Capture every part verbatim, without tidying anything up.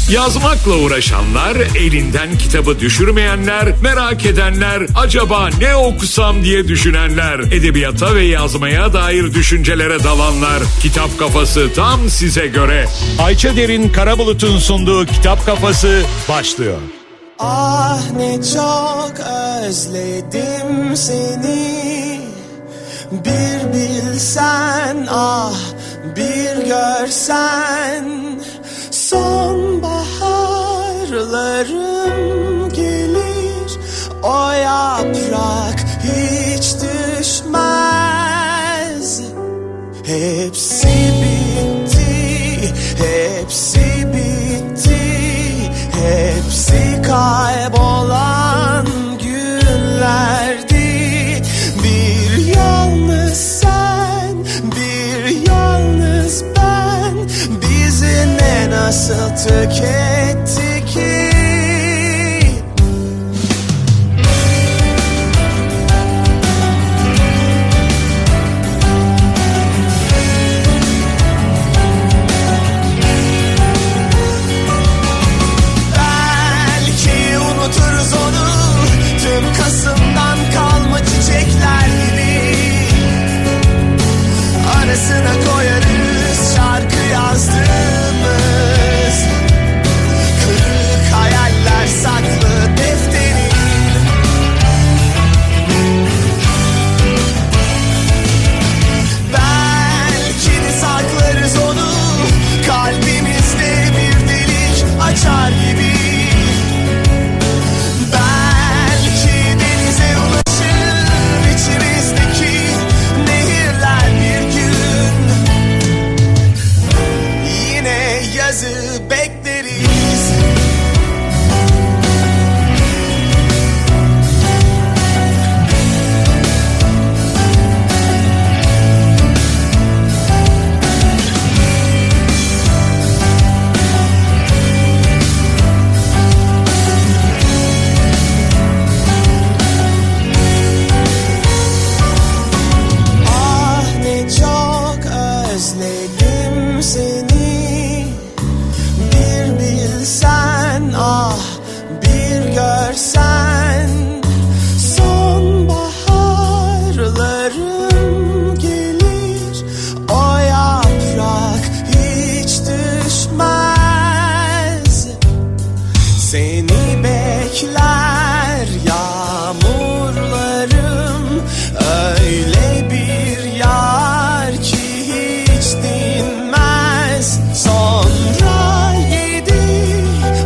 Yazmakla uğraşanlar, elinden kitabı düşürmeyenler, merak edenler, acaba ne okusam diye düşünenler, edebiyata ve yazmaya dair düşüncelere dalanlar. Kitap Kafası tam size göre. Ayça Derin Karabulut'un sunduğu Kitap Kafası başlıyor. Ah ne çok özledim seni, bir bilsen, ah bir görsen. Sonbaharlarım gelir, o yaprak hiç düşmez. Hepsi bitti, hepsi bitti, hepsi kaybolan günlerdi. Bir yalnız sen, bir yalnız ben, bizi ne nasıl tüketti ki? Kasım'dan kalma çiçekler gibi, arasına koyarız şarkı yazdığımız kırık hayaller saklı defterin. Belki de saklarız onu, kalbimizde bir delik açar gibi. Bekleriz. Ah ne çok özledim seni, sen, ah bir görsen. Sonbaharlarım gelir, o yaprak hiç düşmez. Seni bekler yağmurlarım, öyle bir yar ki hiç dinmez. Sonra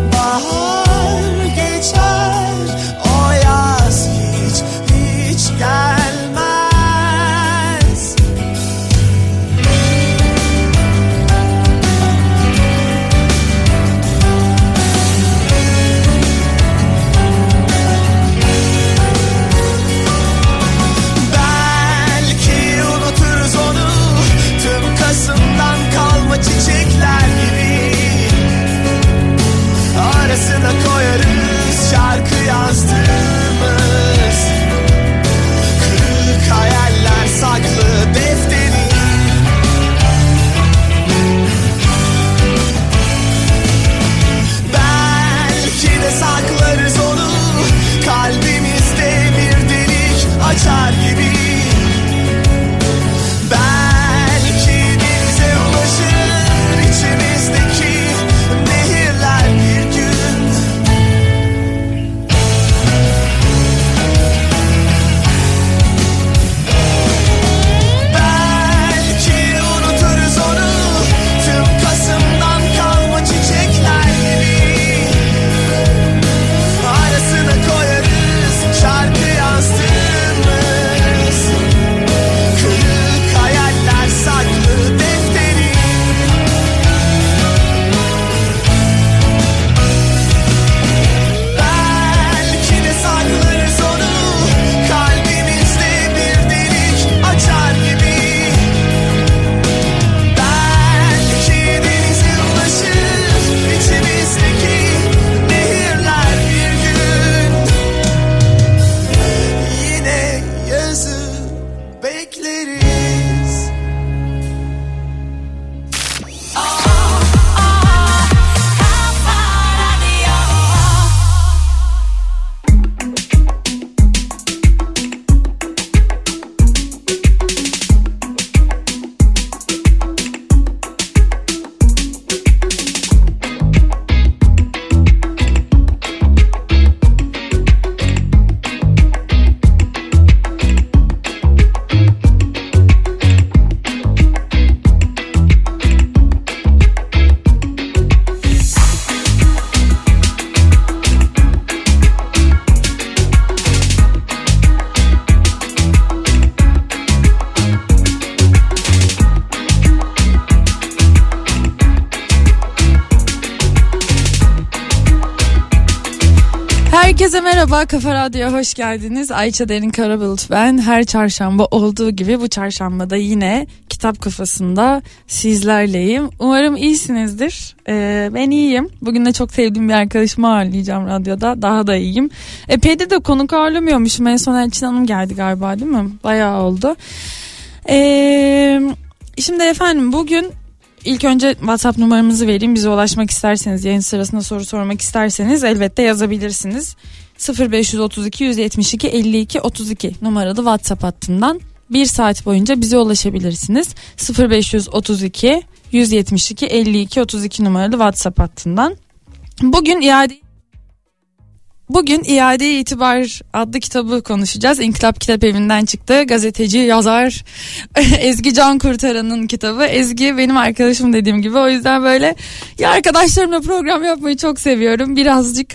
Herkese merhaba, Kafa Radyo'ya hoş geldiniz. Ayça Derin Karabulut ben. Her çarşamba olduğu gibi bu çarşambada yine Kitap Kafası'nda sizlerleyim. Umarım iyisinizdir. Ee, ben iyiyim. Bugün de çok sevdiğim bir arkadaşımı ağırlayacağım radyoda. Daha da iyiyim. Epeydir de konuk ağırlamıyormuşum. En son Elçin Hanım geldi galiba, değil mi? Bayağı oldu. Ee, şimdi efendim bugün İlk önce WhatsApp numaramızı vereyim. Bize ulaşmak isterseniz, yayın sırasında soru sormak isterseniz elbette yazabilirsiniz. sıfır beş otuz iki yüz yetmiş iki elli iki otuz iki numaralı WhatsApp hattından bir saat boyunca bize ulaşabilirsiniz. sıfır beş otuz iki yüz yetmiş iki elli iki otuz iki numaralı WhatsApp hattından. Bugün iade Bugün İade-i İtibar adlı kitabı konuşacağız. İnkılap Kitap Evi'nden çıktı. Gazeteci, yazar Ezgi Can Kurtaran'ın kitabı. Ezgi benim arkadaşım dediğim gibi. O yüzden böyle ya arkadaşlarımla program yapmayı çok seviyorum. Birazcık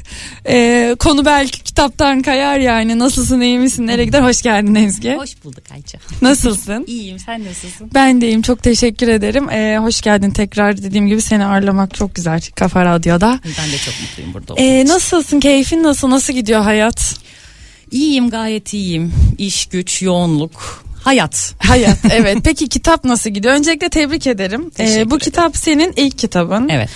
e, konu belki kitaptan kayar yani. Nasılsın, iyi misin, nereye gider? Hoş geldin Ezgi. Hoş bulduk Ayça. Nasılsın? İyiyim, sen nasılsın? Ben de iyiyim, çok teşekkür ederim. E, hoş geldin tekrar, dediğim gibi seni ağırlamak çok güzel Kafa Radyo'da. Ben de çok mutluyum burada. E, nasılsın, keyfin nasıl? Nasıl gidiyor hayat? İyiyim, gayet iyiyim. İş, güç, yoğunluk, hayat. Hayat, evet. Peki kitap nasıl gidiyor? Öncelikle tebrik ederim. Ee, bu ederim. kitap senin ilk kitabın. Evet.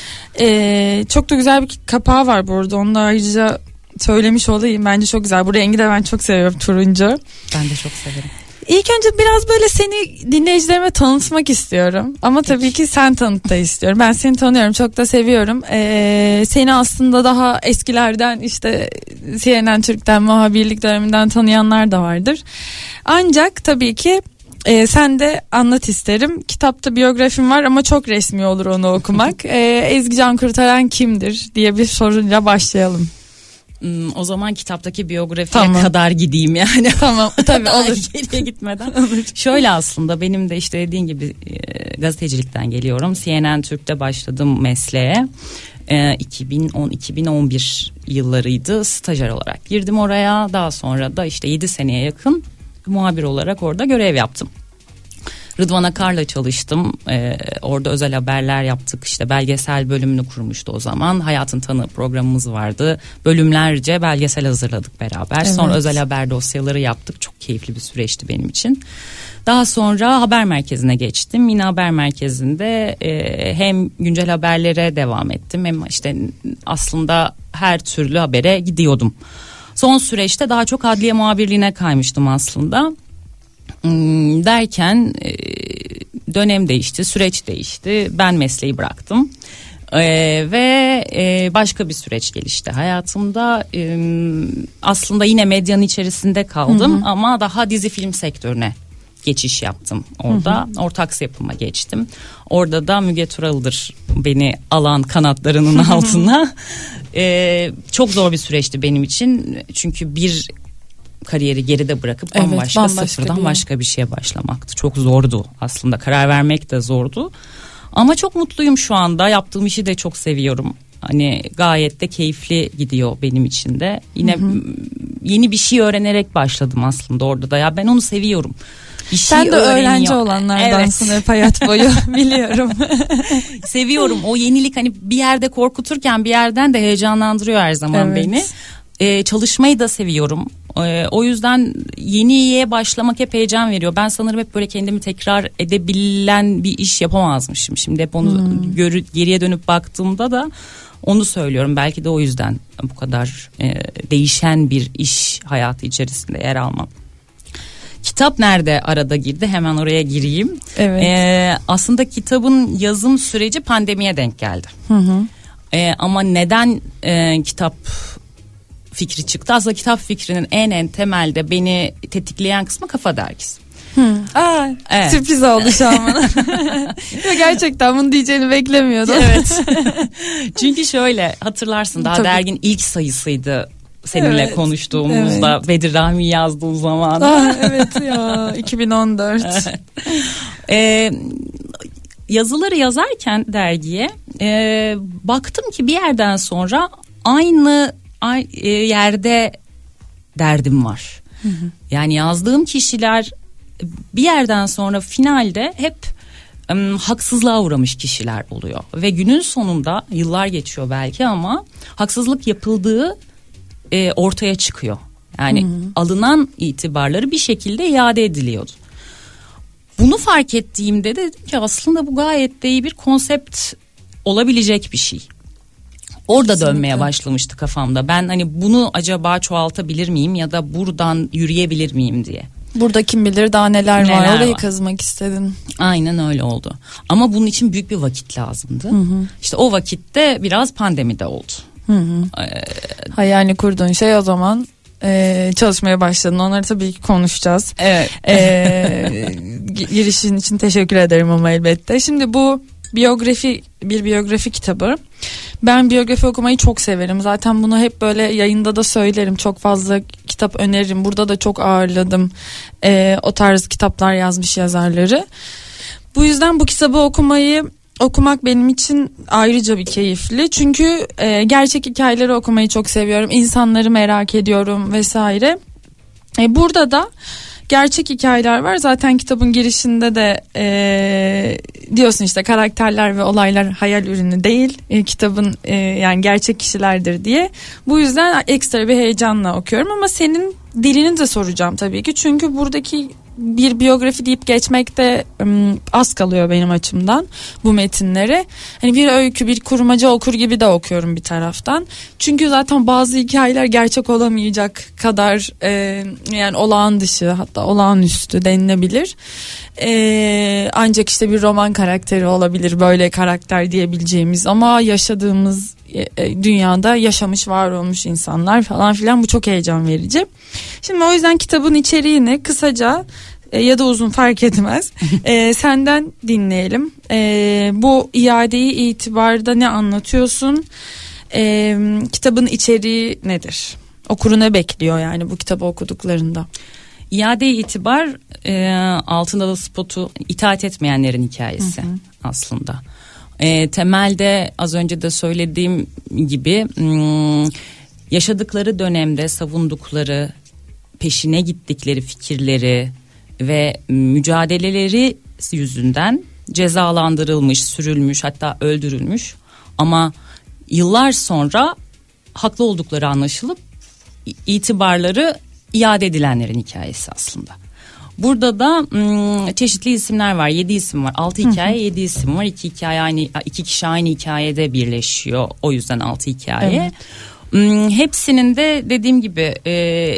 Ee, çok da güzel bir kapağı var burada. Onu da ayrıca söylemiş olayım. Bence çok güzel. Bu rengi de ben çok seviyorum, turuncu. Ben de çok severim. İlk önce biraz böyle seni dinleyicilerime tanıtmak istiyorum. Ama tabii ki sen tanıt da istiyorum. Ben seni tanıyorum, çok da seviyorum. Ee, seni aslında daha eskilerden, işte C N N Türk'ten, muhabirlik döneminden tanıyanlar da vardır. Ancak tabii ki e, sen de anlat isterim. Kitapta biyografin var ama çok resmi olur onu okumak. ee, Ezgi Can Kurtaran kimdir diye bir soruyla başlayalım. Hmm, o zaman kitaptaki biyografiye Tamam. kadar gideyim yani. Tamam, tabii olur. Geriye gitmeden. Olur. Şöyle aslında benim de işte dediğin gibi e, gazetecilikten geliyorum. C N N Türk'te başladım mesleğe. E, iki bin on iki bin on bir yıllarıydı. Stajyer olarak girdim oraya. Daha sonra da işte yedi seneye yakın muhabir olarak orada görev yaptım. Rıdvan Akar'la çalıştım. Ee, orada özel haberler yaptık. İşte belgesel bölümünü kurmuştu o zaman. Hayatın Tanığı programımız vardı. Bölümlerce belgesel hazırladık beraber. Evet. Sonra özel haber dosyaları yaptık. Çok keyifli bir süreçti benim için. Daha sonra haber merkezine geçtim. Yine haber merkezinde e, hem güncel haberlere devam ettim. Hem işte aslında her türlü habere gidiyordum. Son süreçte daha çok adliye muhabirliğine kaymıştım aslında. Hmm, derken e, dönem değişti, süreç değişti. Ben mesleği bıraktım e, ve e, başka bir süreç gelişti hayatımda. E, aslında yine medyanın içerisinde kaldım, hı hı. ama daha dizi film sektörüne geçiş yaptım orada. Hı hı. Ortaks yapıma geçtim. Orada da Müge Tural'dır beni alan kanatlarının altına. E, çok zor bir süreçti benim için. Çünkü bir kariyeri geride bırakıp bambaşka, evet, bambaşka sıfırdan bir başka bir şeye başlamaktı. Çok zordu aslında. Karar vermek de zordu. Ama çok mutluyum şu anda. Yaptığım işi de çok seviyorum. Hani gayet de keyifli gidiyor benim için de. Yine hı hı. yeni bir şey öğrenerek başladım aslında orada da. Ya ben onu seviyorum. Bir Sen şey de öğrenci olanlardansın, evet. Hep hayat boyu biliyorum. Seviyorum. O yenilik hani bir yerde korkuturken bir yerden de heyecanlandırıyor her zaman, evet. beni. Ee, çalışmayı da seviyorum. Ee, o yüzden yeniye başlamak hep heyecan veriyor. Ben sanırım hep böyle kendimi tekrar edebilen bir iş yapamazmışım. Şimdi hep onu hmm. görü, geriye dönüp baktığımda da onu söylüyorum. Belki de o yüzden bu kadar e, değişen bir iş hayatı içerisinde yer almam. Kitap nerede arada girdi? Hemen oraya gireyim. Evet. Ee, aslında kitabın yazım süreci pandemiye denk geldi. Hı hı. Ee, ama neden e, kitap fikri çıktı? Aslında kitap fikrinin en en temelde beni tetikleyen kısmı Kafa Dergisi. Hmm. Aa, evet. Sürpriz oldu şu an bana. Gerçekten bunu diyeceğini beklemiyordum. Evet. Çünkü şöyle hatırlarsın, daha Tabii. dergin ilk sayısıydı seninle evet. konuştuğumuzda, evet. Bedir Rahmi yazdığı zaman. Aa, evet ya, iki bin on dört. ee, yazıları yazarken dergiye e, baktım ki bir yerden sonra aynı ay, e, yerde derdim var. Hı hı. Yani yazdığım kişiler bir yerden sonra finalde hep um, haksızlığa uğramış kişiler oluyor. Ve günün sonunda yıllar geçiyor belki ama haksızlık yapıldığı e, ortaya çıkıyor. Yani Hı-hı. alınan itibarları bir şekilde iade ediliyordu. Bunu fark ettiğimde de dedim ki aslında bu gayet de iyi bir konsept olabilecek bir şey. Orada Kesinlikle. dönmeye başlamıştı kafamda. Ben hani bunu acaba çoğaltabilir miyim ya da buradan yürüyebilir miyim diye. Burada kim bilir daha neler, neler var. Orayı var. kazımak istedin. Aynen öyle oldu. Ama bunun için büyük bir vakit lazımdı. Hı hı. İşte o vakitte biraz pandemide oldu. Hı hı. Ee, Hayalini kurduğun şey o zaman e, çalışmaya başladın. Onları tabii ki konuşacağız. Evet. E, girişin için teşekkür ederim ama elbette. Şimdi bu biyografi, bir biyografi kitabı. Ben biyografi okumayı çok severim. Zaten bunu hep böyle yayında da söylerim. Çok fazla kitap öneririm. Burada da çok ağırladım e, o tarz kitaplar yazmış yazarları. Bu yüzden bu kitabı okumayı okumak benim için ayrıca bir keyifli. Çünkü e, gerçek hikayeleri okumayı çok seviyorum. İnsanları merak ediyorum vesaire. E, burada da gerçek hikayeler var. Zaten kitabın girişinde de e, diyorsun işte karakterler ve olaylar hayal ürünü değil. E, kitabın e, yani gerçek kişilerdir diye. Bu yüzden ekstra bir heyecanla okuyorum ama senin dilini de soracağım tabii ki. Çünkü buradaki bir biyografi deyip geçmekte ım, az kalıyor benim açımdan bu metinleri. Hani bir öykü, bir kurmaca okur gibi de okuyorum bir taraftan. Çünkü zaten bazı hikayeler gerçek olamayacak kadar e, yani olağan dışı, hatta olağanüstü denilebilir. E, ancak işte bir roman karakteri olabilir böyle karakter diyebileceğimiz ama yaşadığımız e, dünyada yaşamış, var olmuş insanlar falan filan, bu çok heyecan verici. Şimdi o yüzden kitabın içeriğini kısaca e, ya da uzun fark etmez e, senden dinleyelim. E, bu iadeyi itibarda ne anlatıyorsun? E, kitabın içeriği nedir? Okuru ne bekliyor yani bu kitabı okuduklarında? İade itibar e, altında da spotu itaat etmeyenlerin hikayesi, hı hı, aslında. E, temelde az önce de söylediğim gibi m, yaşadıkları dönemde savundukları, peşine gittikleri fikirleri ve mücadeleleri yüzünden cezalandırılmış, sürülmüş, hatta öldürülmüş ama yıllar sonra haklı oldukları anlaşılıp itibarları iade edilenlerin hikayesi aslında. Burada da ım, çeşitli isimler var. Yedi isim var. Altı hikaye, hı hı, yedi isim var. İki hikaye aynı, iki kişi aynı hikayede birleşiyor. O yüzden altı hikaye. Evet. Im, hepsinin de dediğim gibi e,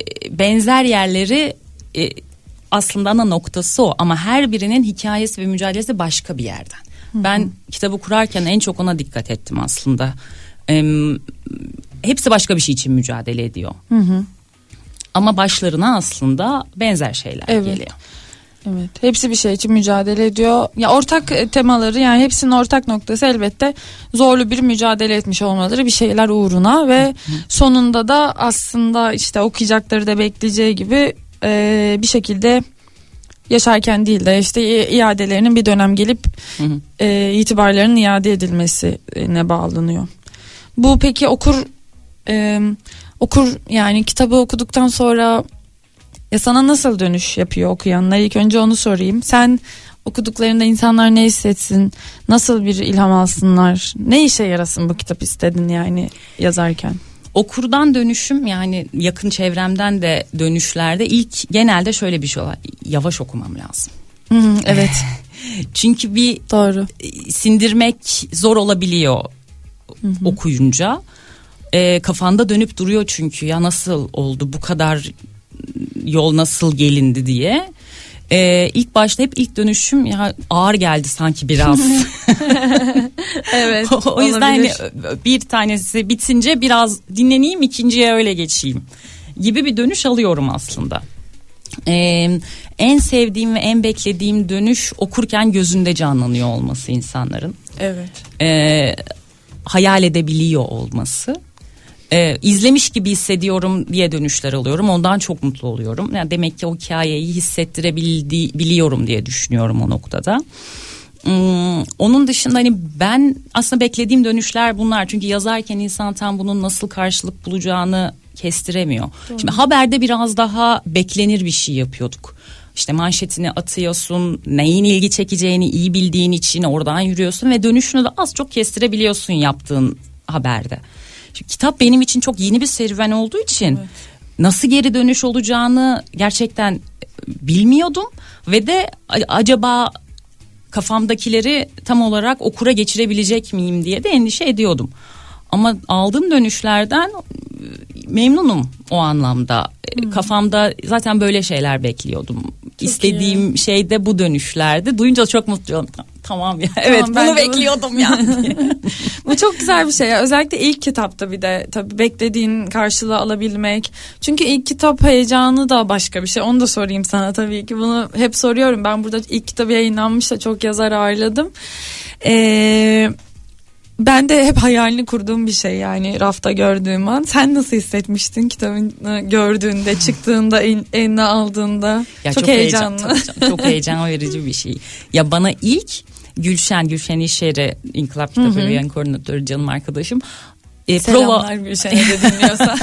benzer yerleri e, aslında ana noktası o. Ama her birinin hikayesi ve mücadelesi başka bir yerden. Hı hı. Ben kitabı kurarken en çok ona dikkat ettim aslında. E, hepsi başka bir şey için mücadele ediyor. Hı hı. Ama başlarına aslında benzer şeyler, evet, geliyor. Evet, hepsi bir şey için mücadele ediyor. Ya ortak temaları, yani hepsinin ortak noktası elbette zorlu bir mücadele etmiş olmaları bir şeyler uğruna ve hı hı, sonunda da aslında işte okuyacakları da bekleyeceği gibi e, bir şekilde yaşarken değil de işte iadelerinin bir dönem gelip hı hı, e, itibarlarının iade edilmesine bağlanıyor. Bu peki okur e, okur yani kitabı okuduktan sonra ya sana nasıl dönüş yapıyor okuyanlar? İlk önce onu sorayım. Sen okuduklarında insanlar ne hissetsin? Nasıl bir ilham alsınlar? Ne işe yarasın bu kitap istedin yani yazarken? Okurdan dönüşüm, yani yakın çevremden de dönüşlerde ilk genelde şöyle bir şey var. Yavaş okumam lazım. Hmm, evet. Çünkü bir doğru, sindirmek zor olabiliyor, hı hı, okuyunca. E, kafanda dönüp duruyor çünkü ya nasıl oldu bu kadar yol, nasıl gelindi diye. Ee, ilk başta hep ilk dönüşüm ya ağır geldi sanki biraz. Evet. o, o yüzden hani bir tanesi bitince biraz dinleneyim, ikinciye öyle geçeyim gibi bir dönüş alıyorum aslında. Ee, en sevdiğim ve en beklediğim dönüş okurken gözünde canlanıyor olması insanların. Evet. Ee, hayal edebiliyor olması. Ee, izlemiş gibi hissediyorum diye dönüşler alıyorum. Ondan çok mutlu oluyorum. Yani demek ki o hikayeyi hissettirebiliyorum diye düşünüyorum o noktada. Hmm, onun dışında hani ben aslında beklediğim dönüşler bunlar. Çünkü yazarken insan tam bunun nasıl karşılık bulacağını kestiremiyor. Doğru. Şimdi haberde biraz daha beklenir bir şey yapıyorduk. İşte manşetini atıyorsun, neyin ilgi çekeceğini iyi bildiğin için oradan yürüyorsun ve dönüşünü de az çok kestirebiliyorsun yaptığın haberde. Şimdi, kitap benim için çok yeni bir serüven olduğu için Evet. nasıl geri dönüş olacağını gerçekten bilmiyordum ve de acaba kafamdakileri tam olarak okura geçirebilecek miyim diye de endişe ediyordum. Ama aldığım dönüşlerden memnunum o anlamda. Hmm. Kafamda zaten böyle şeyler bekliyordum. Çok İstediğim iyi. Şey de bu dönüşlerdi. Duyunca çok mutluyum. Tamam ya. Tamam, evet bunu bekliyordum ya. Bu çok güzel bir şey ya. Özellikle ilk kitapta bir de tabii beklediğin karşılığı alabilmek. Çünkü ilk kitap heyecanı da başka bir şey. Onu da sorayım sana tabii ki. Bunu hep soruyorum. Ben burada ilk kitabı yayınlanmış da çok yazar ağırladım. Eee Ben de hep hayalini kurduğum bir şey yani rafta gördüğüm an. Sen nasıl hissetmiştin kitabını gördüğünde, çıktığında, eline aldığında? Ya çok, çok heyecanlı. Heyecan, çok heyecan verici bir şey. Ya bana ilk Gülşen, Gülşen İşyeri, İnkılap Kitap Evi koordinatörü canım arkadaşım. E, Selamlar prova... Gülşen'e de dinliyorsa.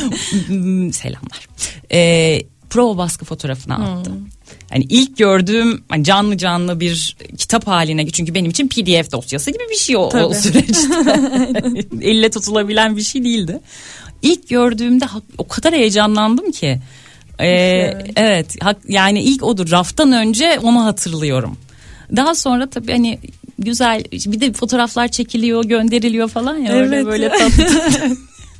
Selamlar. E, prova baskı fotoğrafını attı. Hmm. Hani ilk gördüğüm canlı canlı bir kitap haline, çünkü benim için P D F dosyası gibi bir şey o, o süreçte. Elle tutulabilen bir şey değildi. İlk gördüğümde o kadar heyecanlandım ki. Ee, evet. evet yani ilk odur, raftan önce onu hatırlıyorum. Daha sonra tabii hani güzel bir de fotoğraflar çekiliyor, gönderiliyor falan ya, evet. Öyle böyle tatlı.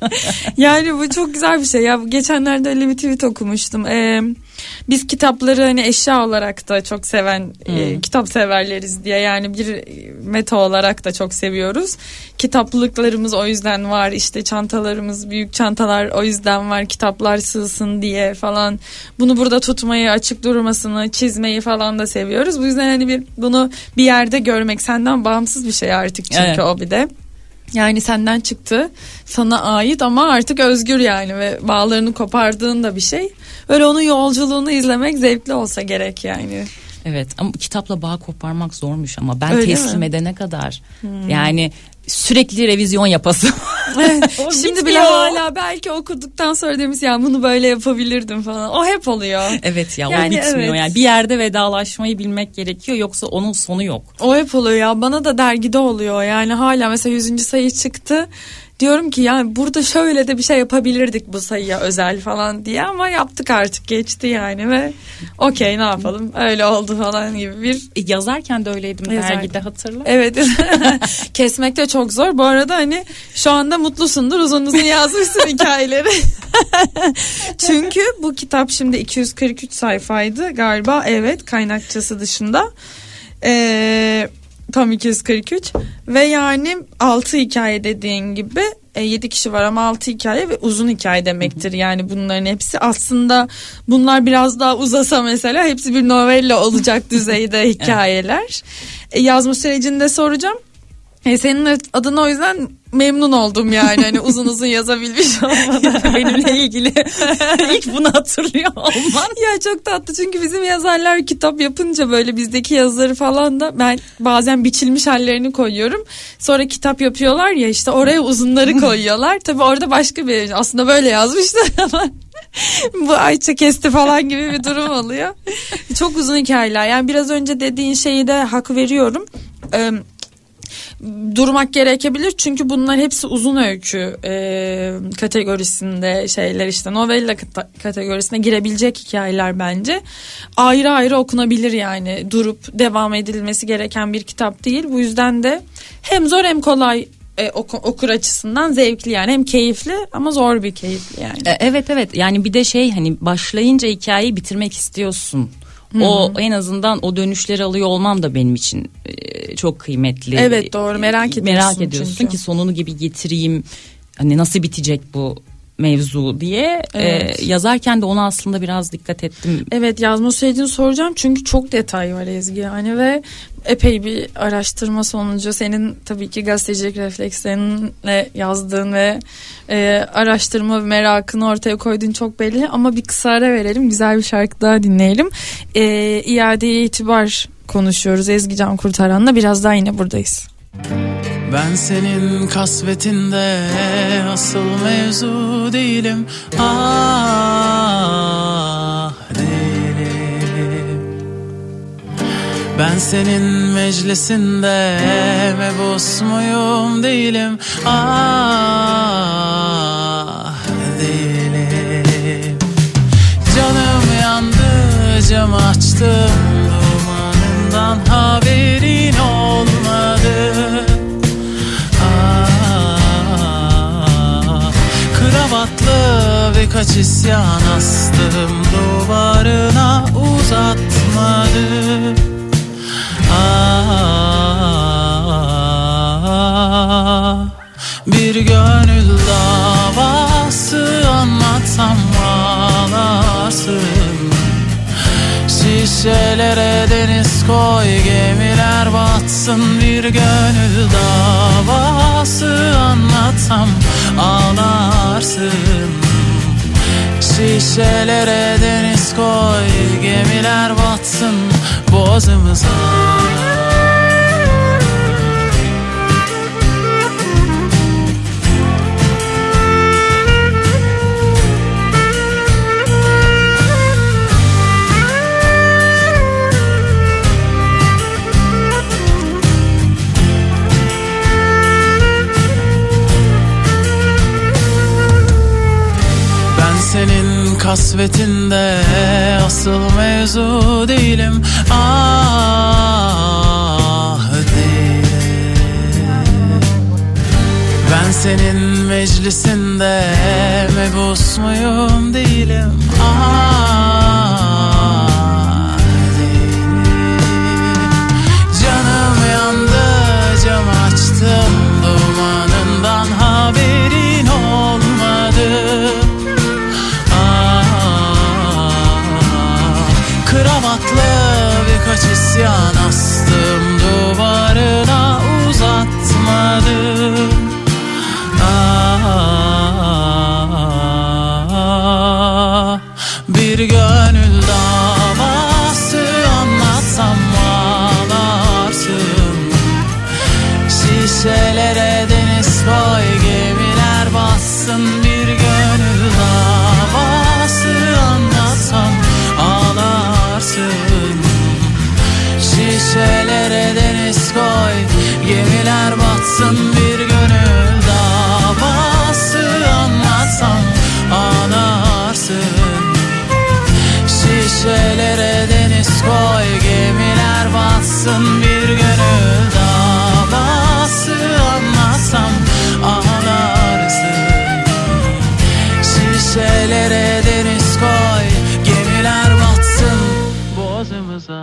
Yani bu çok güzel bir şey ya. Geçenlerde öyle bir tweet okumuştum. Ee, biz kitapları hani eşya olarak da çok seven hmm. e, kitap severleriz diye, yani bir meta olarak da çok seviyoruz. Kitaplıklarımız o yüzden var, işte çantalarımız, büyük çantalar o yüzden var, kitaplar sığsın diye falan. Bunu burada tutmayı, açık durmasını, çizmeyi falan da seviyoruz. Bu yüzden hani bir bunu bir yerde görmek senden bağımsız bir şey artık, çünkü evet. O bir de. Yani senden çıktı, sana ait ama artık özgür yani ve bağlarını kopardığın da bir şey. Öyle onun yolculuğunu izlemek zevkli olsa gerek yani. Evet ama kitapla bağ koparmak zormuş ama ben öyle teslim mi? edene kadar hmm. yani sürekli revizyon yapasım. Şimdi bile hala belki okuduktan sonra demiş ya bunu böyle yapabilirdim falan. O hep oluyor. Evet ya, yani o bitmiyor evet. Yani bir yerde vedalaşmayı bilmek gerekiyor, yoksa onun sonu yok. O hep oluyor ya, bana da dergide oluyor yani, hala mesela yüzüncü sayı çıktı. Diyorum ki yani burada şöyle de bir şey yapabilirdik bu sayıya özel falan diye, ama yaptık artık, geçti yani ve okey ne yapalım öyle oldu falan gibi bir. E, yazarken de öyleydim Yazar. dergide, hatırla. Evet. Kesmek de çok zor. Bu arada hani şu anda mutlusundur, uzun uzun yazmışsın hikayeleri. Çünkü bu kitap şimdi iki yüz kırk üç sayfaydı galiba, evet, kaynakçası dışında. Eee Tam iki yüz kırk üç ve yani altı hikaye dediğin gibi, e, yedi kişi var ama altı hikaye ve uzun hikaye demektir. Yani bunların hepsi aslında, bunlar biraz daha uzasa mesela hepsi bir novella olacak düzeyde hikayeler. E, yazma sürecinde soracağım. E, senin adına o yüzden memnun oldum yani, hani uzun uzun yazabilmiş olmadan. Benimle ilgili ilk bunu hatırlıyor olman. Ya çok tatlı, çünkü bizim yazarlar kitap yapınca böyle bizdeki yazıları falan da ben bazen biçilmiş hallerini koyuyorum. Sonra kitap yapıyorlar ya, işte oraya uzunları koyuyorlar. Tabii orada başka bir, aslında böyle yazmışlar ama bu Ayça kesti falan gibi bir durum oluyor. Çok uzun hikayeler. Yani biraz önce dediğin şeyi de hak veriyorum. Ee, durmak gerekebilir çünkü bunlar hepsi uzun öykü e, kategorisinde şeyler, işte novella kategorisine girebilecek hikayeler bence. Ayrı ayrı okunabilir yani, durup devam edilmesi gereken bir kitap değil. Bu yüzden de hem zor hem kolay, e, oku, okur açısından zevkli yani, hem keyifli ama zor bir keyifli yani. E, evet evet yani bir de şey, hani başlayınca hikayeyi bitirmek istiyorsun. O Hı-hı. en azından o dönüşleri alıyor olmam da benim için e, çok kıymetli. Evet doğru, merak ediyorsun. Merak ediyorsun çünkü. ki sonunu gibi getireyim. Hani nasıl bitecek bu mevzu diye. Evet. E, yazarken de ona aslında biraz dikkat ettim. Evet, yazma sürecini soracağım çünkü çok detay var Ezgi yani ve epey bir araştırma sonucu, senin tabii ki gazetecilik reflekslerinle yazdığın ve e, araştırma merakını ortaya koyduğun çok belli, ama bir kısa ara verelim, güzel bir şarkı daha dinleyelim. E, iadeye itibar konuşuyoruz Ezgi Can Kurtaran'la, biraz daha yine buradayız. Ben senin kasvetinde asıl mevzu değilim, ah değilim. Ben senin meclisinde mebus muyum değilim, ah açtım, dumanından haberin olmadı. Ah, kravatlı birkaç isyan astım, duvarına uzatmadı. Ah, bir gönül davası anlatsam ağlarsın. Şişelere deniz koy, gemiler batsın. Bir gönül davası anlatsam ağlarsın. Şişelere deniz koy, gemiler batsın boğazımıza. Senin kasvetinde asıl mevzu değilim. Ah değilim. Ben senin meclisinde mebus muyum değilim. Ah değilim. Canım yandı, cam açtım, dumanından haberin olmadı. Kravatlı birkaç isyan astım, duvarına uzatmadım. Ah, bir gönül davası anlatsam ağlarsın. Şişelere deniz koy, gemiler bassın. Bir gönül davası anlatsam ağlarsın. Şişelere deniz koy, gemiler batsın. Bir gönül davası anlatsam ağlarsın. Şişelere deniz koy, gemiler batsın. Bir gönül davası anlatsam ağlarsın. Şişelere deniz koy, gemiler batsın boğazımıza.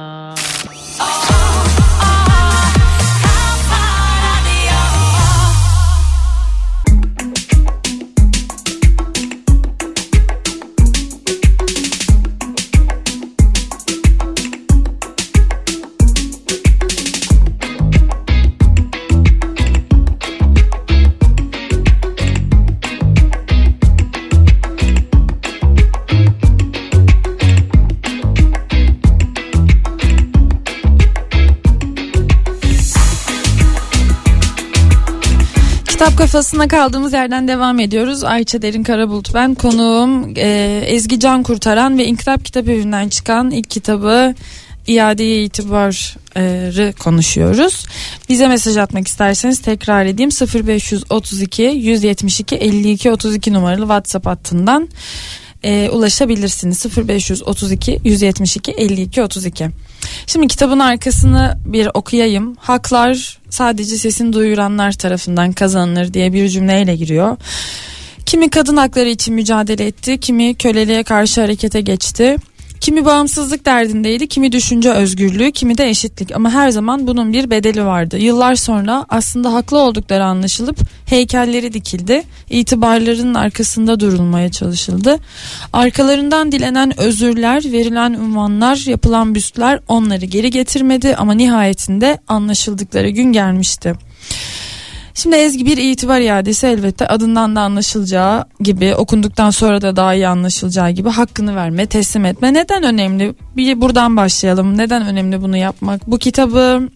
Kitap Kafası'na kaldığımız yerden devam ediyoruz. Ayça Derin Karabulut ben. Konuğum e, Ezgi Can Kurtaran ve İnkılap Kitap Evi'nden çıkan ilk kitabı İadeye İtibar'ı konuşuyoruz. Bize mesaj atmak isterseniz tekrar edeyim, sıfır beş otuz iki yüz yetmiş iki elli iki otuz iki numaralı WhatsApp hattından e, ulaşabilirsiniz. sıfır beş otuz iki yüz yetmiş iki elli iki otuz iki. Şimdi kitabın arkasını bir okuyayım. Haklar sadece sesini duyuranlar tarafından kazanılır diye bir cümleyle giriyor. Kimi kadın hakları için mücadele etti, kimi köleliğe karşı harekete geçti. Kimi bağımsızlık derdindeydi, kimi düşünce özgürlüğü, kimi de eşitlik. Ama her zaman bunun bir bedeli vardı. Yıllar sonra aslında haklı oldukları anlaşılıp heykelleri dikildi. İtibarlarının arkasında durulmaya çalışıldı. Arkalarından dilenen özürler, verilen unvanlar, yapılan büstler onları geri getirmedi. Ama nihayetinde anlaşıldıkları gün gelmişti. Şimdi Ezgi, bir itibar iadesi elbette adından da anlaşılacağı gibi, okunduktan sonra da daha iyi anlaşılacağı gibi hakkını verme, teslim etme. Neden önemli? Bir buradan başlayalım. Neden önemli bunu yapmak? Bu kitabı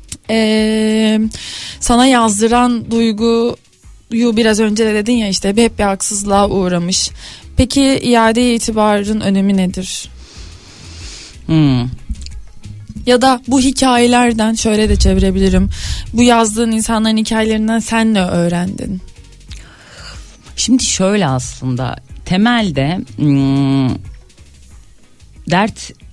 ee, sana yazdıran duyguyu biraz önce de dedin ya, işte hep bir haksızlığa uğramış. Peki iade itibarın önemi nedir? Hmm. Ya da bu hikayelerden şöyle de çevirebilirim. Bu yazdığın insanların hikayelerinden sen ne öğrendin? Şimdi şöyle, aslında temelde hmm, dert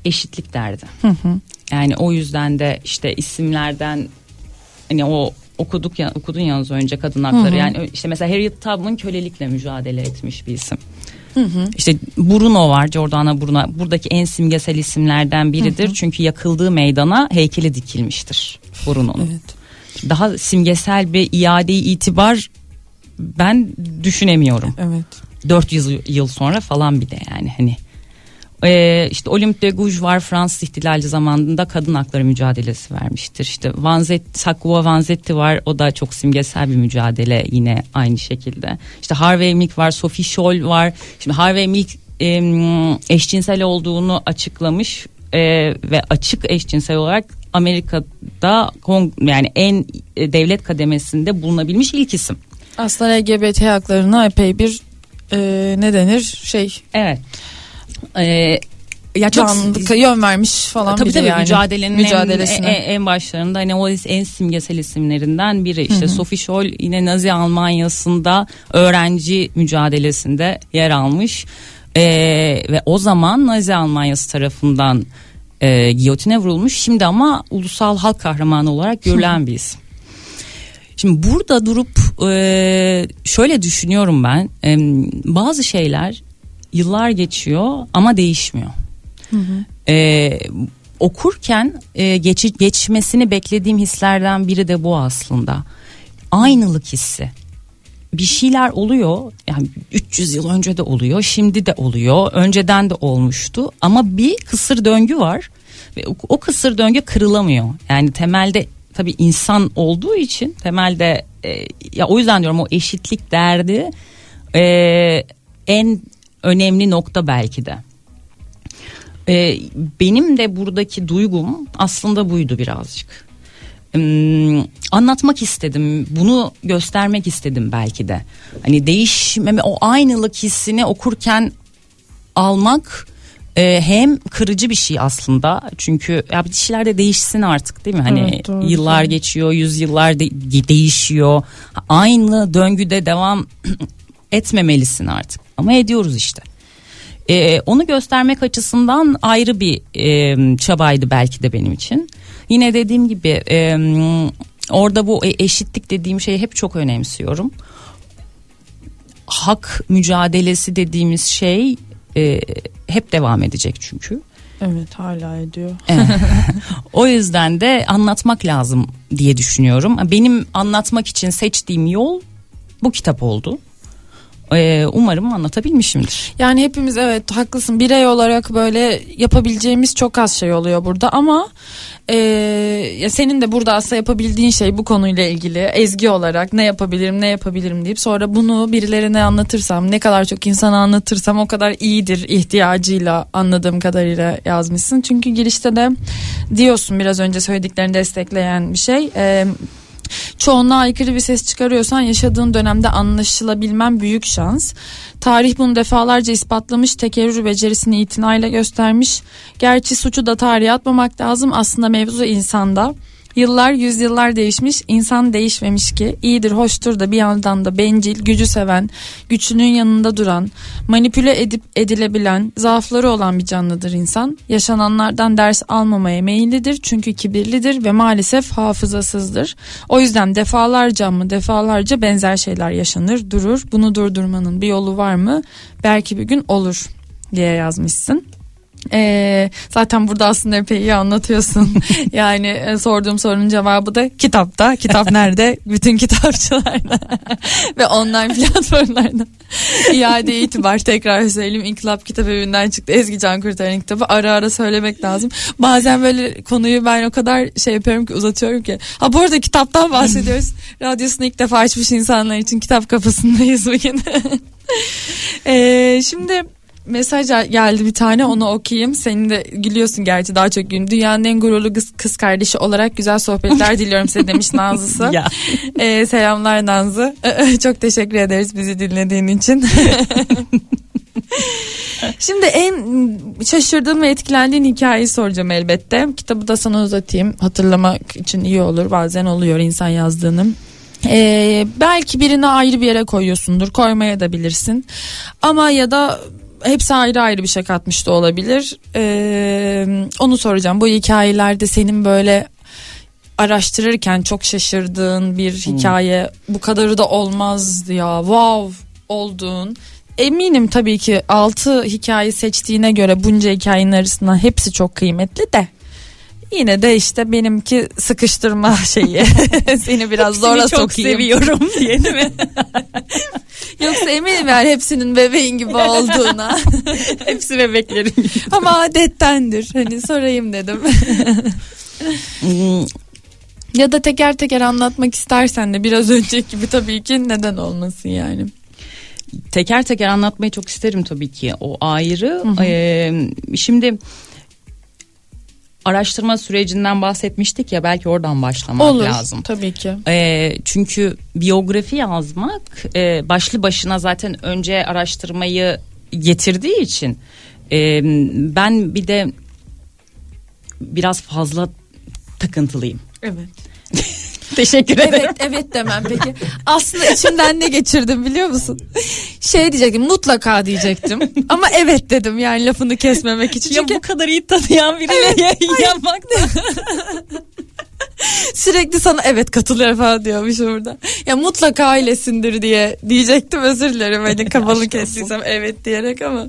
eşitlik derdi. Hı hı. Yani o yüzden de işte isimlerden hani o okuduk ya, okudun yalnız önce kadın hakları. Hı hı. Yani işte mesela Harriet Tubman kölelikle mücadele etmiş bir isim. Hı hı. İşte Bruno var, Giordano Bruno, buradaki en simgesel isimlerden biridir. Hı hı. Çünkü yakıldığı meydana heykeli dikilmiştir Bruno'nun. Evet. Daha simgesel bir iade-i itibar ben düşünemiyorum. Evet. dört yüz yıl sonra falan bir de yani hani. Ee, işte Olympe de Gouges var, Fransız ihtilali zamanında kadın hakları mücadelesi vermiştir. İşte Vanzetti, Sacco Vanzetti var, o da çok simgesel bir mücadele yine aynı şekilde. İşte Harvey Milk var, Sophie Scholl var. Şimdi Harvey Milk e, eşcinsel olduğunu açıklamış e, ve açık eşcinsel olarak Amerika'da yani en e, devlet kademesinde bulunabilmiş ilk isim. Aslında L G B T haklarına epey bir e, ne denir şey. Evet. Ee, ya çok canlı yön vermiş falan tabii biri tabii yani. mücadelenin mücadelesine. En, en başlarında hani o en simgesel isimlerinden biri işte. Hı hı. Sophie Scholl yine Nazi Almanya'sında öğrenci mücadelesinde yer almış ee, ve o zaman Nazi Almanya'sı tarafından e, giyotine vurulmuş, şimdi ama ulusal halk kahramanı olarak görülen bir isim. Şimdi burada durup e, şöyle düşünüyorum ben, e, bazı şeyler yıllar geçiyor ama değişmiyor. Hı hı. Ee, okurken e, geç, geçmesini beklediğim hislerden biri de bu aslında. Aynılık hissi. Bir şeyler oluyor. Yani üç yüz yıl önce de oluyor, şimdi de oluyor, önceden de olmuştu. Ama bir kısır döngü var ve o, o kısır döngü kırılamıyor. Yani temelde tabii insan olduğu için temelde e, ya o yüzden diyorum o eşitlik derdi e, en önemli nokta belki de. Ee, benim de buradaki duygum aslında buydu birazcık. Ee, anlatmak istedim, bunu göstermek istedim belki de. Hani değişmeme, o aynılık hissini okurken almak e, hem kırıcı bir şey aslında. Çünkü ya bir şeyler de değişsin artık, değil mi? Hani evet, doğru, yıllar doğru. geçiyor, yüzyıllar de, değişiyor. Aynı döngüde devam etmemelisin artık. Ama ediyoruz işte. Ee, onu göstermek açısından ayrı bir e, çabaydı belki de benim için. Yine dediğim gibi e, orada bu eşitlik dediğim şeyi hep çok önemsiyorum. Hak mücadelesi dediğimiz şey e, hep devam edecek çünkü. Evet, hala ediyor. O yüzden de anlatmak lazım diye düşünüyorum. Benim anlatmak için seçtiğim yol bu kitap oldu. Umarım anlatabilmişimdir. Yani hepimiz evet haklısın, birey olarak böyle yapabileceğimiz çok az şey oluyor burada ama e, ya senin de burada aslında yapabildiğin şey bu konuyla ilgili Ezgi olarak ne yapabilirim ne yapabilirim deyip sonra bunu birilerine anlatırsam, ne kadar çok insana anlatırsam o kadar iyidir ihtiyacıyla anladığım kadarıyla yazmışsın. Çünkü girişte de diyorsun, biraz önce söylediklerini destekleyen bir şey. E, Çoğunluğa aykırı bir ses çıkarıyorsan yaşadığın dönemde anlaşılabilmen büyük şans. Tarih bunu defalarca ispatlamış, tekerrür becerisini itinayla göstermiş. Gerçi suçu da tarihe atmamak lazım, aslında mevzu insanda. Yıllar yüzyıllar değişmiş, insan değişmemiş ki. İyidir, hoştur da bir yandan da bencil, gücü seven, güçlünün yanında duran, manipüle edip edilebilen, zaafları olan bir canlıdır insan. Yaşananlardan ders almamaya meyillidir çünkü kibirlidir ve maalesef hafızasızdır. O yüzden defalarca mı defalarca benzer şeyler yaşanır, durur. Bunu durdurmanın bir yolu var mı? Belki bir gün olur diye yazmışsın. Ee, zaten burada aslında epey iyi anlatıyorsun. Yani e, sorduğum sorunun cevabı da kitapta. Kitap nerede? Bütün kitapçılarda ve online platformlarda. İade itibar, tekrar söyleyeyim, İnkılap Kitabevi'nden çıktı. Ezgi Can Kurtaran'ın kitabı. Ara ara söylemek lazım. Bazen böyle konuyu ben o kadar şey yapıyorum ki, uzatıyorum ki. Ha bu arada kitaptan bahsediyoruz. Radyosunu ilk defa açmış insanlar için kitap kafasındayız bugün. ee, şimdi mesaj geldi bir tane, onu okuyayım. Senin de gülüyorsun gerçi, daha çok gülüm. Dünyanın en gururlu kız, kız kardeşi olarak güzel sohbetler diliyorum size demiş Nazlısı. ee, selamlar Nazlı. Çok teşekkür ederiz bizi dinlediğin için. Şimdi en şaşırdığın ve etkilendiğin hikayeyi soracağım elbette. Kitabı da sana uzatayım. Hatırlamak için iyi olur. Bazen oluyor insan yazdığını. Ee, belki birini ayrı bir yere koyuyorsundur, koymaya da bilirsin ama ya da hepsi ayrı ayrı bir şey katmış da olabilir. Ee, onu soracağım. Bu hikayelerde senin böyle araştırırken çok şaşırdığın bir hikaye, hmm. bu kadarı da olmazdı ya, wow olduğun. Eminim tabii ki altı hikaye seçtiğine göre bunca hikayenin arasından hepsi çok kıymetli de. Yine de işte benimki sıkıştırma şeyi. Seni biraz zorla çok sokayım. Çok seviyorum diye, değil mi? Yoksa eminim yani hepsinin bebeğin gibi olduğuna. Hepsi bebeklerim gibi. Ama adettendir. Hani sorayım dedim. Ya da teker teker anlatmak istersen de biraz önceki gibi tabii ki neden olmasın yani. Teker teker anlatmayı çok isterim tabii ki. O ayrı. Hı hı. Ee, şimdi araştırma sürecinden bahsetmiştik ya, belki oradan başlamak Olur, lazım. Tabii ki. Ee, çünkü biyografi yazmak e, başlı başına zaten önce araştırmayı getirdiği için e, ben bir de biraz fazla takıntılıyım. Evet. Teşekkür ederim. Evet, evet demem peki. Aslında içimden ne geçirdim biliyor musun? Şey diyecektim, mutlaka diyecektim. Ama evet dedim yani lafını kesmemek için. Çünkü ya bu kadar iyi tanıyan biriyle evet, yapmak da. Sürekli sana evet katılıyorum falan diyormuş burada. Ya mutlaka ailesindir diye diyecektim, özür dilerim. Hani kafanı kestiysem evet diyerek ama.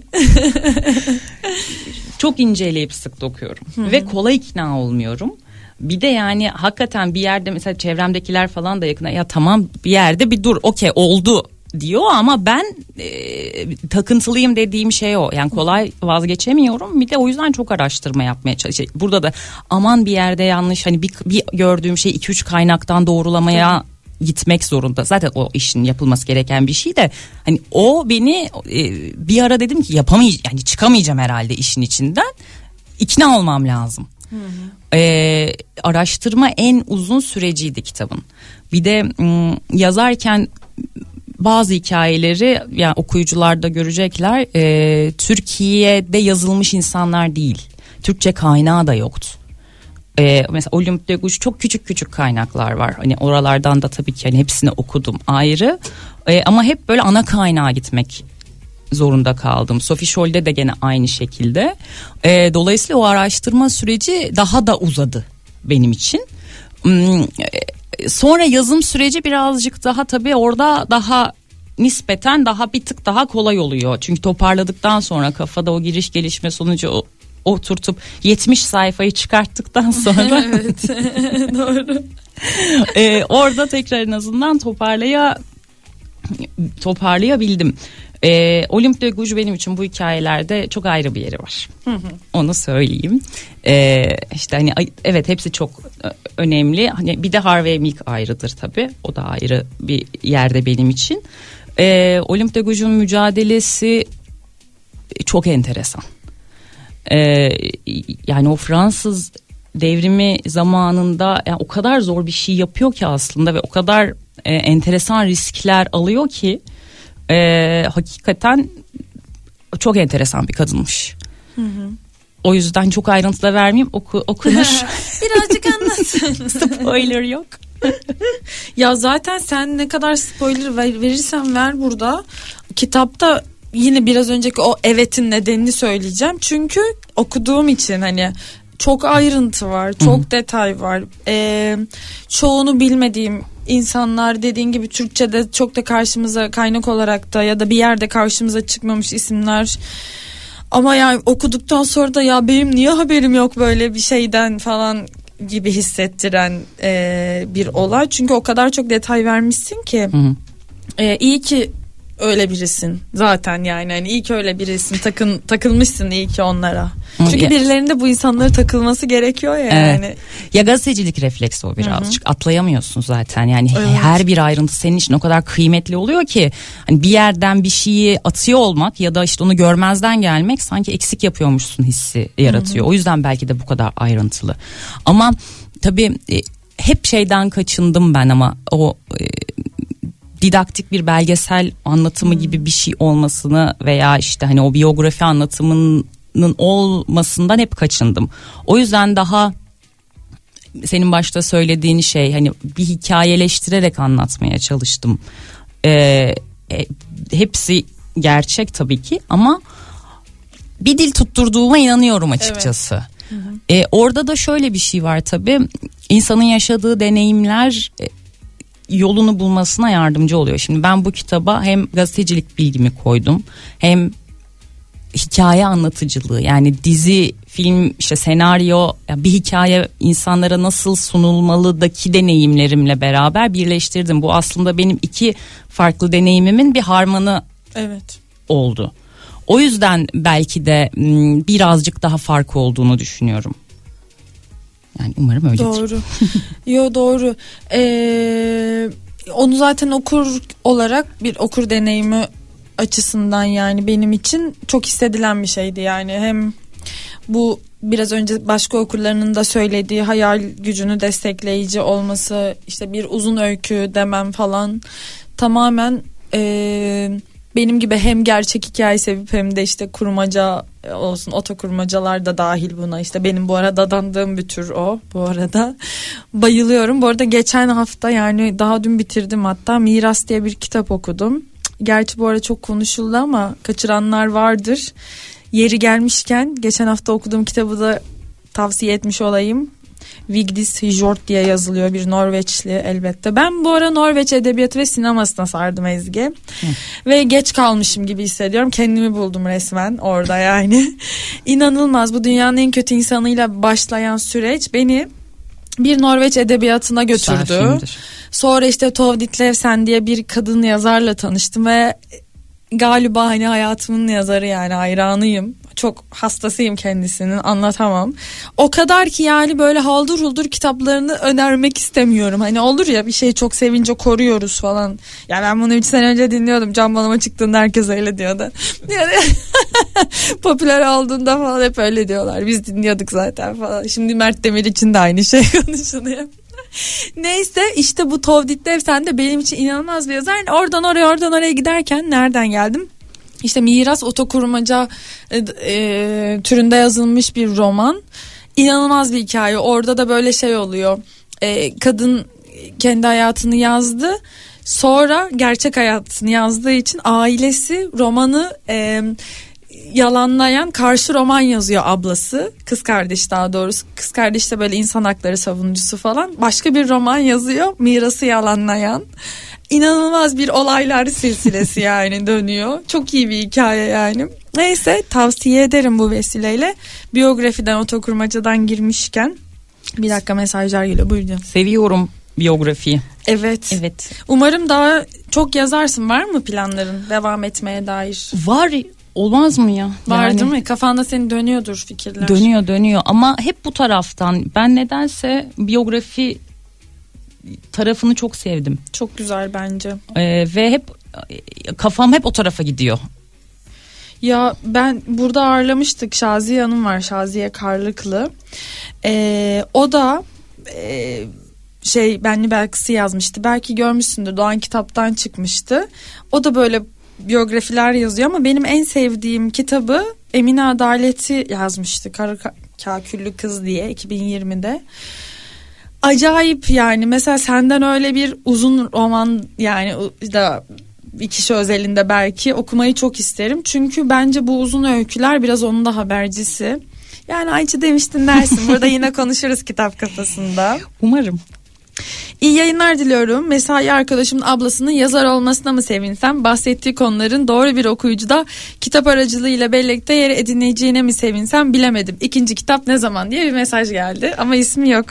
Çok inceleyip sık dokuyorum. Hı-hı. Ve kolay ikna olmuyorum. Bir de yani hakikaten bir yerde mesela çevremdekiler falan da yakına, ya tamam bir yerde bir dur, okey oldu diyor ama ben e, takıntılıyım dediğim şey o. Yani kolay vazgeçemiyorum. Bir de o yüzden çok araştırma yapmaya çalışıyorum. Burada da aman bir yerde yanlış, hani bir, bir gördüğüm şey iki üç kaynaktan doğrulamaya Tabii. gitmek zorunda. Zaten o işin yapılması gereken bir şey de hani o beni e, bir ara dedim ki yapamayacağım, yani çıkamayacağım herhalde işin içinden. İkna olmam lazım. Hı hı. Ee, araştırma en uzun süreciydi kitabın. Bir de m, yazarken bazı hikayeleri yani okuyucular da görecekler, e, Türkiye'de yazılmış insanlar değil, Türkçe kaynağı da yoktu. E, mesela Olympe de Gouges çok küçük küçük kaynaklar var, hani oralardan da tabii ki hani hepsini okudum ayrı, e, ama hep böyle ana kaynağa gitmek zorunda kaldım. Sophie Scholl'de de gene aynı şekilde. E, dolayısıyla o araştırma süreci daha da uzadı benim için. Hmm, e, sonra yazım süreci birazcık daha tabii orada daha nispeten daha bir tık daha kolay oluyor. Çünkü toparladıktan sonra kafada o giriş gelişme sonucu o, oturtup yetmiş sayfayı çıkarttıktan sonra evet doğru. e, orada tekrar en azından toparlaya toparlayabildim. Ee, Olympe de Gouges benim için bu hikayelerde çok ayrı bir yeri var. Hı hı. Onu söyleyeyim. Ee, işte hani evet hepsi çok önemli. Hani bir de Harvey Milk ayrıdır tabii. O da ayrı bir yerde benim için. Ee, Olympe de Gouges'un mücadelesi çok enteresan. Ee, yani o Fransız devrimi zamanında yani o kadar zor bir şey yapıyor ki aslında ve o kadar e, enteresan riskler alıyor ki e, hakikaten çok enteresan bir kadınmış. Hı hı. O yüzden çok ayrıntıda vermeyeyim, oku, okunur. Birazcık anlat. Spoiler yok. Ya zaten sen ne kadar spoiler ver, verirsen ver burada. Kitapta yine biraz önceki o evetin nedenini söyleyeceğim. Çünkü okuduğum için hani çok ayrıntı var, çok Hı-hı. detay var. Ee, çoğunu bilmediğim insanlar, dediğin gibi Türkçe'de çok da karşımıza kaynak olarak da ya da bir yerde karşımıza çıkmamış isimler. Ama yani okuduktan sonra da ya benim niye haberim yok böyle bir şeyden falan gibi hissettiren e, bir olay. Çünkü o kadar çok detay vermişsin ki. E, iyi ki öyle birisin zaten, yani hani iyi ki öyle birisin, takın takılmışsın iyi ki onlara. Çünkü birilerinde bu insanlara takılması gerekiyor ya yani. Evet. Ya gazetecilik refleksi o birazcık. Hı-hı. Atlayamıyorsun zaten. Yani evet. Her bir ayrıntı senin için o kadar kıymetli oluyor ki hani bir yerden bir şeyi atıyor olmak ya da işte onu görmezden gelmek sanki eksik yapıyormuşsun hissi yaratıyor. Hı-hı. O yüzden belki de bu kadar ayrıntılı. Ama tabii e, hep şeyden kaçındım ben ama o e, didaktik bir belgesel anlatımı hmm. gibi bir şey olmasını veya işte hani o biyografi anlatımının olmasından hep kaçındım. O yüzden daha senin başta söylediğin şey hani bir hikayeleştirerek anlatmaya çalıştım. Ee, e, hepsi gerçek tabii ki ama bir dil tutturduğuma inanıyorum açıkçası. Evet. E, orada da şöyle bir şey var tabii. İnsanın yaşadığı deneyimler e, yolunu bulmasına yardımcı oluyor. Şimdi ben bu kitaba hem gazetecilik bilgimi koydum, hem hikaye anlatıcılığı, yani dizi, film, işte senaryo, bir hikaye insanlara nasıl sunulmalıdaki deneyimlerimle beraber birleştirdim. Bu aslında benim iki farklı deneyimimin bir harmanı evet. oldu. O yüzden belki de birazcık daha fark olduğunu düşünüyorum. Yani umarım öyledir. Doğru. Yo doğru. Ee, onu zaten okur olarak bir okur deneyimi açısından, yani benim için çok hissedilen bir şeydi. Yani hem bu biraz önce başka okurlarının da söylediği hayal gücünü destekleyici olması, işte bir uzun öykü demem falan, tamamen e, benim gibi hem gerçek hikaye sevip hem de işte kurmaca olsun, otokurmacalar da dahil buna. İşte benim bu arada dadandığım bir tür o bu arada. Bayılıyorum. Bu arada geçen hafta, yani daha dün bitirdim hatta, Miras diye bir kitap okudum. Gerçi bu arada çok konuşuldu ama kaçıranlar vardır. Yeri gelmişken geçen hafta okuduğum kitabı da tavsiye etmiş olayım. Vigdis Hjort diye yazılıyor, bir Norveçli elbette. Ben bu ara Norveç edebiyatı ve sinemasına sardım Ezgi. Hı. Ve geç kalmışım gibi hissediyorum. Kendimi buldum resmen orada yani. İnanılmaz, bu dünyanın en kötü insanıyla başlayan süreç beni bir Norveç edebiyatına götürdü. Sonra işte Tove Ditlevsen diye bir kadın yazarla tanıştım ve galiba hani hayatımın yazarı, yani hayranıyım. Çok hastasıyım kendisinin, anlatamam. O kadar ki yani böyle haldır huldur kitaplarını önermek istemiyorum. Hani olur ya, bir şeyi çok sevince koruyoruz falan. Ya ben bunu üç sene önce dinliyordum. Can Bonomo çıktığında herkes öyle diyordu. Yani popüler olduğunda falan hep öyle diyorlar. Biz dinliyorduk zaten falan. Şimdi Mert Demir için de aynı şey konuşuluyor. Neyse, işte bu Tove Ditlevsen de benim için inanılmaz bir yazar. Oradan oraya oradan oraya giderken nereden geldim? İşte Miras otokurmaca e, e, türünde yazılmış bir roman. İnanılmaz bir hikaye. Orada da böyle şey oluyor. E, kadın kendi hayatını yazdı. Sonra gerçek hayatını yazdığı için ailesi romanı e, yalanlayan karşı roman yazıyor, ablası. Kız kardeş daha doğrusu. Kız kardeş de böyle insan hakları savunucusu falan. Başka bir roman yazıyor, mirası yalanlayan. İnanılmaz bir olaylar silsilesi yani dönüyor. Çok iyi bir hikaye yani. Neyse, tavsiye ederim bu vesileyle. Biyografiden, otokurmacadan girmişken. Bir dakika, mesajlar geliyor, buyurun. Seviyorum biyografiyi. Evet. Evet. Umarım daha çok yazarsın. Var mı planların devam etmeye dair? Var, olmaz mı ya? Var yani, değil mi? Kafanda senin dönüyordur fikirler. Dönüyor dönüyor ama hep bu taraftan. Ben nedense biyografi tarafını çok sevdim. Çok güzel bence. Ee, ve hep kafam hep o tarafa gidiyor. Ya ben burada ağırlamıştık, Şaziye Hanım var, Şaziye Karlıklı. Ee, o da e, şey Benli Belkıs'ı yazmıştı. Belki görmüşsündür, Doğan Kitap'tan çıkmıştı. O da böyle biyografiler yazıyor ama benim en sevdiğim kitabı Emine Adalet'i yazmıştı. Kara Kaküllü Kız diye, iki bin yirmide. Acayip yani. Mesela senden öyle bir uzun roman, yani da bir kişi özelinde belki okumayı çok isterim. Çünkü bence bu uzun öyküler biraz onun da habercisi. Yani Ayça demiştin dersin. Burada yine konuşuruz kitap kafasında. Umarım. İyi yayınlar diliyorum. Mesai arkadaşımın ablasının yazar olmasına mı sevinsem, bahsettiği konuların doğru bir okuyucuda kitap aracılığıyla birlikte yer edineceğine mi sevinsem bilemedim. İkinci kitap ne zaman diye bir mesaj geldi ama ismi yok.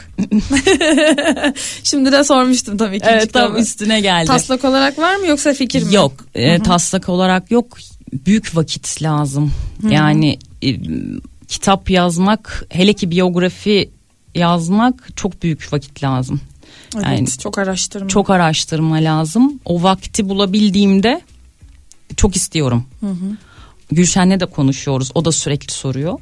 Şimdi de sormuştum tabii ikinci evet, kitabı. Tam üstüne geldi. Taslak olarak var mı yoksa fikir mi? Yok, e, taslak olarak yok. Büyük vakit lazım. Hı-hı. Yani e, kitap yazmak, hele ki biyografi yazmak çok büyük vakit lazım. Evet, yani çok araştırma. Çok araştırma lazım. O vakti bulabildiğimde çok istiyorum. Hı hı. Gülşen'le de konuşuyoruz. O da sürekli soruyor.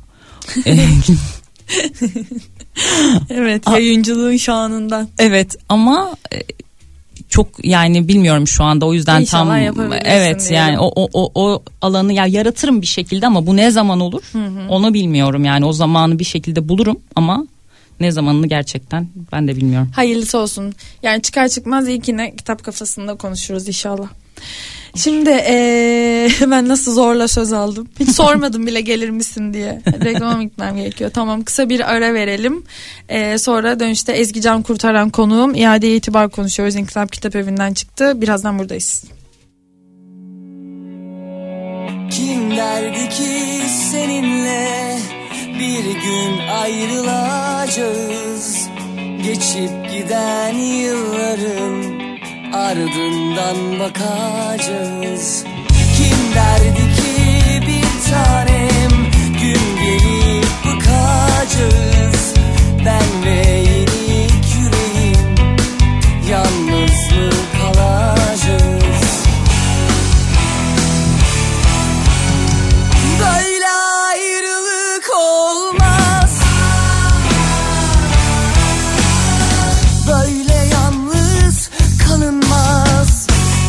Evet, yayıncılığın şanından. Evet ama çok, yani bilmiyorum şu anda, o yüzden İnşallah tam evet diyelim. Yani o o o o alanı ya yaratırım bir şekilde ama bu ne zaman olur? Hı hı. Onu bilmiyorum. Yani o zamanı bir şekilde bulurum ama ne zamanını gerçekten ben de bilmiyorum. Hayırlısı olsun. Yani çıkar çıkmaz ilk yine kitap kafasında konuşuruz inşallah. Şimdi ee, ben nasıl zorla söz aldım. Hiç sormadım bile gelir misin diye. Reklama gitmem gerekiyor. Tamam, kısa bir ara verelim. Ee, sonra dönüşte Ezgi Can Kurtaran konuğum. İadeye itibar konuşuyoruz. İnkılap Kitap Evi'nden çıktı. Birazdan buradayız. Kim derdi ki seninle bir gün ayrılacağız? Geçip giden yılların ardından bakacağız. Kim derdi ki bir tanem gün gelip bıkacağız? Ben ve yenik yüreğim yalnız mı kalacağız? Böyle ayrılık olmaz. Böyle yalnız kalınmaz.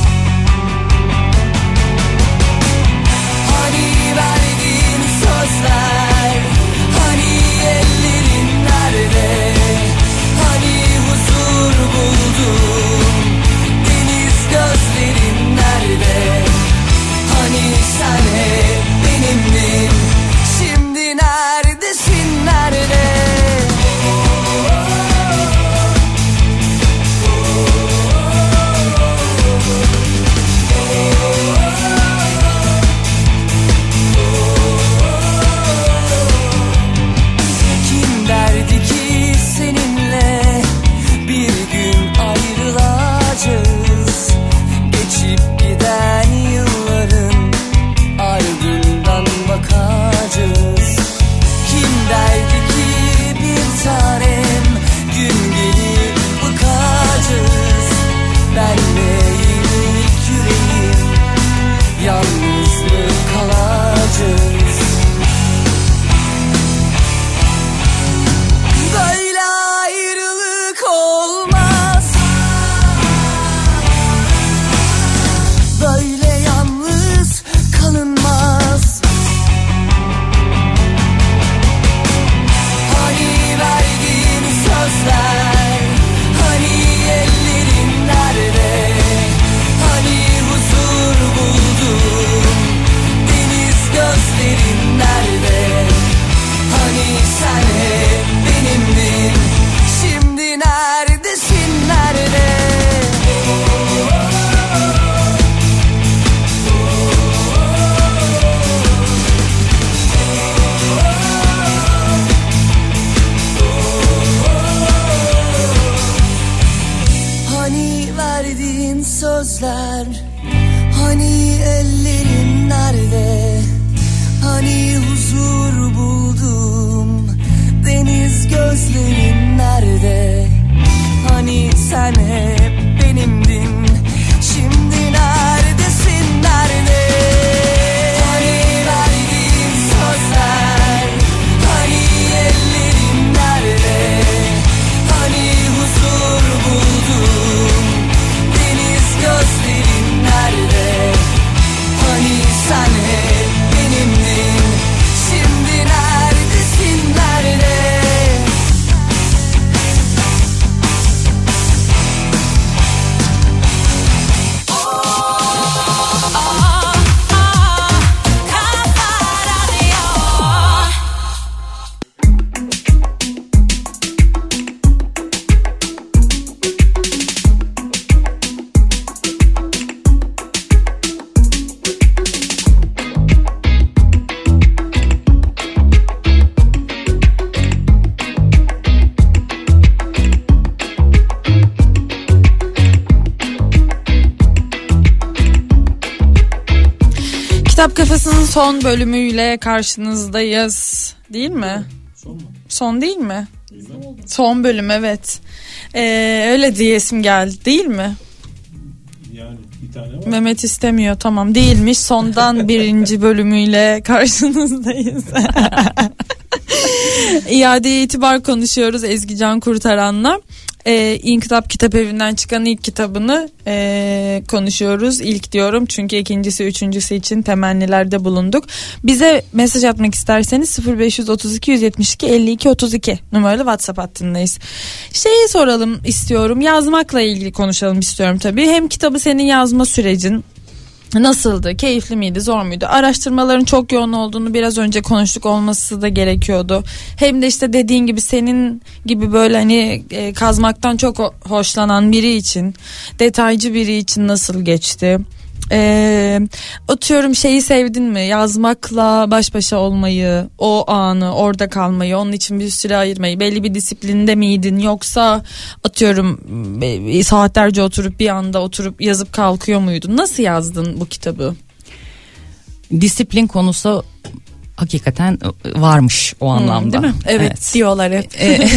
Hani verdiğin sözler, hani ellerin nerede? Hani huzur buldun, deniz gözlerin nerede? Hani sen hep benimdin, şimdi neredesin, nerede? Kim derdi ki seninle bir gün ayrılacağız? Geçip giden yılların ardından bakacağız. Kim derdi ki bir tanem gün gelip bıkacağız? Ben ve yenik yüreğim yalnız mı kalacağız? Böyle ayrılık olmaz. Böyle yalnız kalınmaz. Hani verdiğin sözler, hani ellerin nerede? Hani huzur buldun, deniz gözlerin nerede? Hani sen hep benimdin, şimdi neredesin, nerede? Hani verdiğin sözler, hani ellerin nerede? Hani huzur buldum, deniz gözlerin nerede? Hani sen hep benimdin, şimdi neredesin, nerede? Hani verdiğin sözler, hani ellerin nerede? Hani huzur buldum, deniz gözlerin nerede? Hani sen hep benimdin, şimdi neredesin, nerede? Kitap Kafası'nın son bölümüyle karşınızdayız. Değil mi? Son mu? Son değil mi? Son bölüm, evet. Ee, öyle diyesim geldi, değil mi? Yani bir tane var. Mehmet istemiyor, tamam, değilmiş. Sondan birinci bölümüyle karşınızdayız. İadeye itibar konuşuyoruz Ezgi Can Kurtaran'la. Ee, İnkılap Kitap Evi'nden çıkan ilk kitabını e, konuşuyoruz. İlk diyorum çünkü ikincisi, üçüncüsü için temennilerde bulunduk. Bize mesaj atmak isterseniz sıfır beş otuz iki yüz yetmiş iki elli iki otuz iki numaralı WhatsApp hattındayız. Şeyi soralım istiyorum. Yazmakla ilgili konuşalım istiyorum tabii. Hem kitabı senin yazma sürecin, Nasıldı? Keyifli miydi? Zor muydu? Araştırmaların çok yoğun olduğunu biraz önce konuştuk olması da gerekiyordu. Hem de işte dediğin gibi senin gibi böyle hani e, kazmaktan çok hoşlanan biri için, detaycı biri için nasıl geçti? Ee, atıyorum şeyi sevdin mi? Yazmakla baş başa olmayı, o anı orada kalmayı, onun için bir süre ayırmayı, belli bir disiplinde miydin, yoksa atıyorum saatlerce oturup bir anda oturup yazıp kalkıyor muydun? Nasıl yazdın bu kitabı? Disiplin konusu hakikaten varmış o anlamda. Hmm, değil mi? Evet, evet. Diyorlar hep.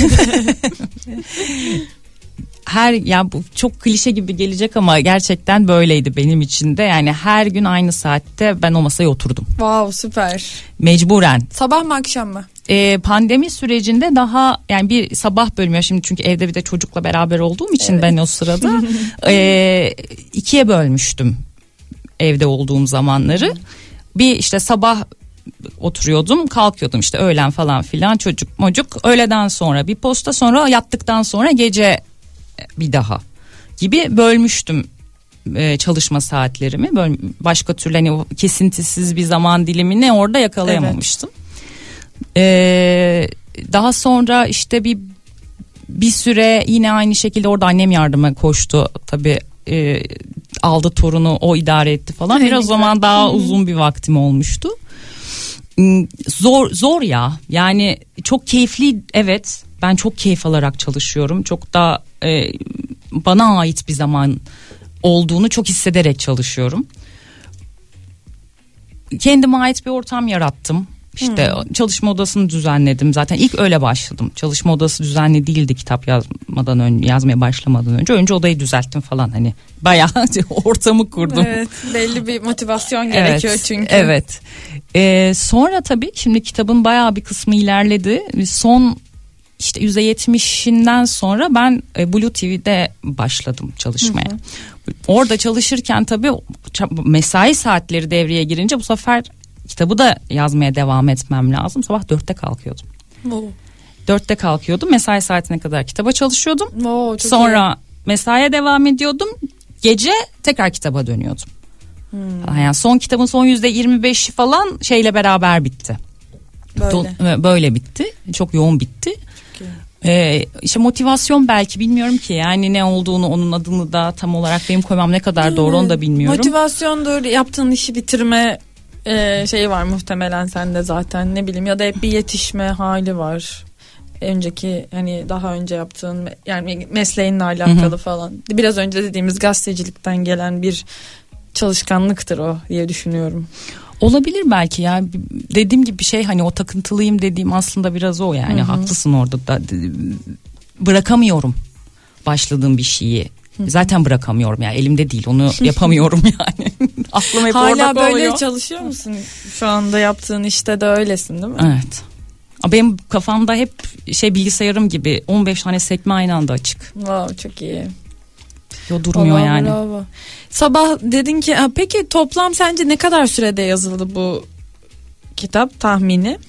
Her ya bu çok klişe gibi gelecek ama gerçekten böyleydi benim için de. Yani her gün aynı saatte ben o masaya oturdum. Wow, süper. Mecburen. Sabah mı akşam mı? Ee, pandemi sürecinde daha yani bir sabah bölmüyor şimdi, çünkü evde bir de çocukla beraber olduğum için evet. Ben o sırada e, ikiye bölmüştüm evde olduğum zamanları. Bir işte sabah oturuyordum, kalkıyordum işte öğlen falan filan, çocuk mocuk, öğleden sonra bir posta, sonra yattıktan sonra gece bir daha gibi bölmüştüm e, çalışma saatlerimi. Böyle başka türlü hani kesintisiz bir zaman dilimini orada yakalayamamıştım. Evet. E, daha sonra işte bir bir süre yine aynı şekilde orada annem yardıma koştu tabii, e, aldı torunu, o idare etti falan. Biraz o zaman daha uzun bir vaktim olmuştu. Zor zor ya, yani çok keyifli, evet ben çok keyif alarak çalışıyorum, çok da e, bana ait bir zaman olduğunu çok hissederek çalışıyorum. Kendime ait bir ortam yarattım. İşte hmm. çalışma odasını düzenledim. Zaten ilk öyle başladım. Çalışma odası düzenli değildi kitap yazmadan önce, yazmaya başlamadan önce. Önce odayı düzelttim falan, hani bayağı ortamı kurdum. Evet, belli bir motivasyon gerekiyor evet, çünkü. Evet. Ee, sonra tabii şimdi kitabın bayağı bir kısmı ilerledi. Son işte yüzde yetmişinden sonra ben Blue T V'de başladım çalışmaya. Hı hı. Orada çalışırken tabii mesai saatleri devreye girince bu sefer kitabı da yazmaya devam etmem lazım. Sabah dörtte kalkıyordum. Oh. Dörtte kalkıyordum. Mesai saatine kadar kitaba çalışıyordum. Oh, sonra iyi. Mesaiye devam ediyordum. Gece tekrar kitaba dönüyordum. Hmm. Yani son kitabın son yüzde yirmi beşi falan şeyle beraber bitti. Böyle. Do- böyle bitti. Çok yoğun bitti. Ee, işte motivasyon belki, bilmiyorum ki yani ne olduğunu, onun adını da tam olarak benim koymam ne kadar doğru hmm. onu da bilmiyorum. Motivasyondur, yaptığın işi bitirme Ee, şey var muhtemelen sende zaten, ne bileyim, ya da hep bir yetişme hali var. Önceki hani daha önce yaptığın yani mesleğinle alakalı hı hı. falan. Biraz önce dediğimiz gazetecilikten gelen bir çalışkanlıktır o diye düşünüyorum. Olabilir belki ya, dediğim gibi bir şey, hani o takıntılıyım dediğim aslında biraz o yani. Hı hı. Haklısın orada da, bırakamıyorum başladığım bir şeyi. Zaten bırakamıyorum yani, elimde değil, onu yapamıyorum yani. Aklım hep hala orada böyle oluyor. Çalışıyor musun? Şu anda yaptığın işte de öylesin değil mi? Evet. Benim kafamda hep şey, bilgisayarım gibi on beş tane sekme aynı anda açık. Wow, çok iyi. Yo, durmuyor Allah, yani. Bravo. Sabah dedin ki, peki toplam sence ne kadar sürede yazıldı bu kitap tahmini?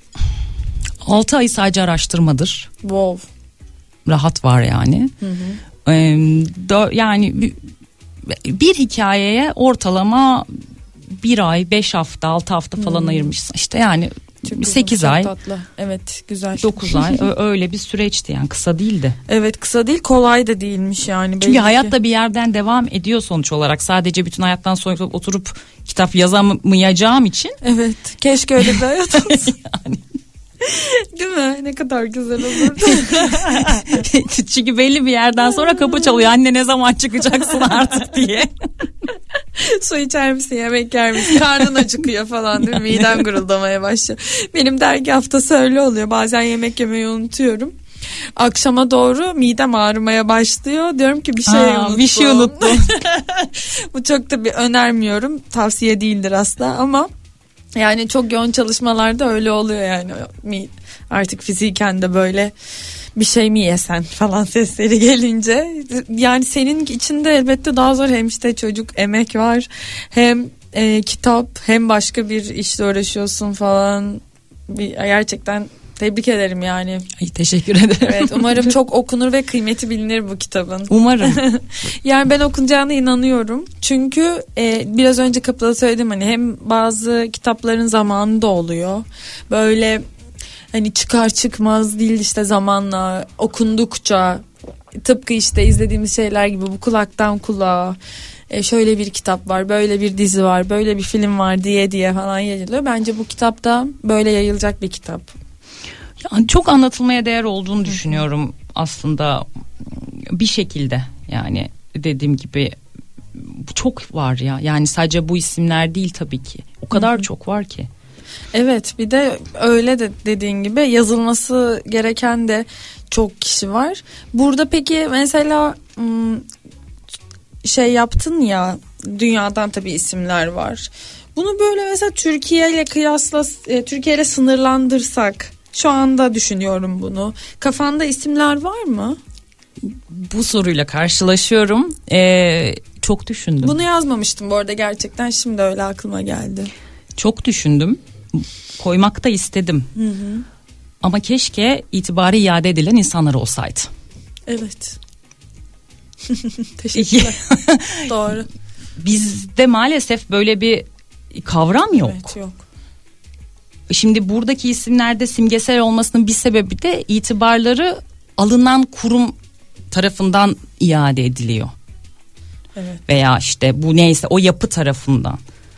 altı ay sadece araştırmadır. Wow. Rahat var yani. Hı hı. Yani bir hikayeye ortalama bir ay, beş hafta, altı hafta falan hmm. ayırmışsın işte, yani çok sekiz uzun, ay tatlı. Evet, güzel. dokuz ay öyle bir süreçti yani, kısa değildi. Evet, kısa değil, kolay da değilmiş yani. Çünkü hayat da bir yerden devam ediyor sonuç olarak, sadece bütün hayattan sonra oturup kitap yazamayacağım için. Evet, keşke öyle bir hayat olsun. Yani. Değil mi? Ne kadar güzel olurdu. Çünkü belli bir yerden sonra kapı çalıyor. Anne ne zaman çıkacaksın artık diye. Su içer misin, yemek yer misin? Karnın acıkıyor falan değil mi? Midem guruldamaya başlıyor. Benim dergi haftası öyle oluyor. Bazen yemek yemeyi unutuyorum. Akşama doğru midem ağrımaya başlıyor. Diyorum ki bir şey Aa, unuttum. Bir şey unuttum. Bu çok da bir önermiyorum. Tavsiye değildir asla ama yani çok yoğun çalışmalarda öyle oluyor yani. Artık fiziken de böyle bir şey mi yesen falan sesleri gelince. Yani senin içinde elbette daha zor, hem işte çocuk, emek var, hem e, kitap, hem başka bir işle uğraşıyorsun falan. Bir, gerçekten Tebrik ederim yani. Ay, teşekkür ederim. Evet, umarım çok okunur ve kıymeti bilinir bu kitabın. Umarım. Yani ben okunacağına inanıyorum. Çünkü e, biraz önce kapıda söyledim, hani hem bazı kitapların zamanında oluyor. Böyle hani çıkar çıkmaz değil, işte zamanla okundukça, tıpkı işte izlediğimiz şeyler gibi bu kulaktan kulağa, e, şöyle bir kitap var, böyle bir dizi var, böyle bir film var diye diye falan yayılıyor. Bence bu kitap da böyle yayılacak bir kitap. Yani çok anlatılmaya değer olduğunu düşünüyorum aslında bir şekilde. Yani dediğim gibi çok var ya, yani sadece bu isimler değil tabii ki, o kadar Hı-hı. çok var ki. Evet, bir de öyle de dediğin gibi yazılması gereken de çok kişi var. Burada peki mesela şey yaptın ya, dünyadan tabii isimler var. Bunu böyle mesela Türkiye ile kıyasla, Türkiye ile sınırlandırsak, şu anda düşünüyorum bunu. Kafanda isimler var mı? Bu soruyla karşılaşıyorum. Ee, çok düşündüm. Bunu yazmamıştım bu arada, gerçekten şimdi öyle aklıma geldi. Çok düşündüm. Koymak da istedim. Hı hı. Ama keşke itibarı iade edilen insanlar olsaydı. Evet. Teşekkürler. Doğru. Bizde maalesef böyle bir kavram yok. Evet, yok. Şimdi buradaki isimlerde simgesel olmasının bir sebebi de itibarları alınan kurum tarafından iade ediliyor. Evet. Veya işte bu neyse o yapı tarafından.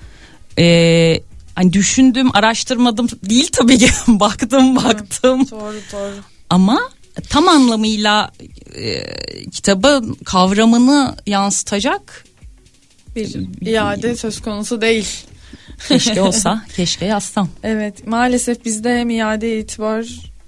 Ee, hani düşündüm, araştırmadım değil tabii ki. baktım baktım. Hı, doğru doğru. Ama tam anlamıyla e, kitabın kavramını yansıtacak bir iade söz konusu değil. Keşke olsa, keşke yazsam. Evet, maalesef bizde hem iade itibar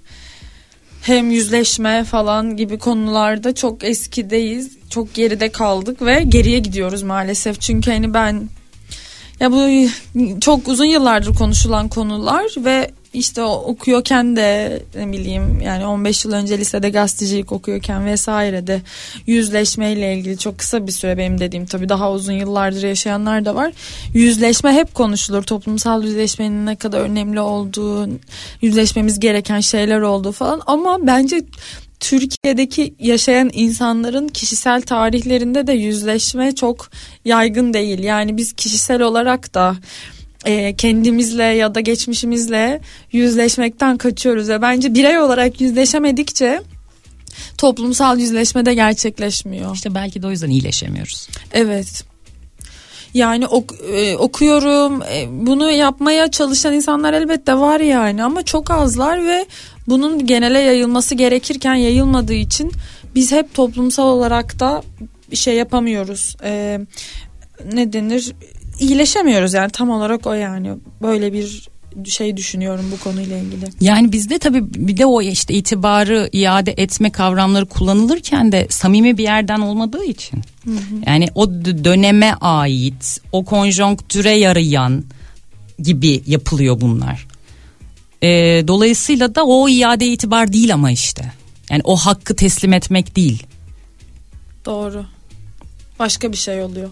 hem yüzleşme falan gibi konularda çok eskideyiz. Çok geride kaldık ve geriye gidiyoruz maalesef. Çünkü hani ben, ya bu çok uzun yıllardır konuşulan konular ve işte okuyorken de ne bileyim, yani on beş yıl önce lisede gazetecilik okuyorken vesaire de yüzleşmeyle ilgili çok kısa bir süre, benim dediğim tabii daha uzun yıllardır yaşayanlar da var. Yüzleşme hep konuşulur. Toplumsal yüzleşmenin ne kadar önemli olduğu, yüzleşmemiz gereken şeyler olduğu falan, ama bence Türkiye'deki yaşayan insanların kişisel tarihlerinde de yüzleşme çok yaygın değil. Yani biz kişisel olarak da kendimizle ya da geçmişimizle yüzleşmekten kaçıyoruz ve bence birey olarak yüzleşemedikçe toplumsal yüzleşme de gerçekleşmiyor. İşte belki de o yüzden iyileşemiyoruz. Evet. Yani ok, e, okuyorum, e, bunu yapmaya çalışan insanlar elbette var yani, ama çok azlar ve bunun genele yayılması gerekirken yayılmadığı için biz hep toplumsal olarak da bir şey yapamıyoruz. E, ne denir? İyileşemiyoruz yani, tam olarak o yani. Böyle bir şey düşünüyorum bu konuyla ilgili. Yani bizde tabii bir de o işte itibarı iade etme kavramları kullanılırken de samimi bir yerden olmadığı için. Hı hı. Yani o döneme ait, o konjonktüre yarayan gibi yapılıyor bunlar. Ee, dolayısıyla da o iade itibar değil ama işte. Yani o hakkı teslim etmek değil. Doğru. Başka bir şey oluyor.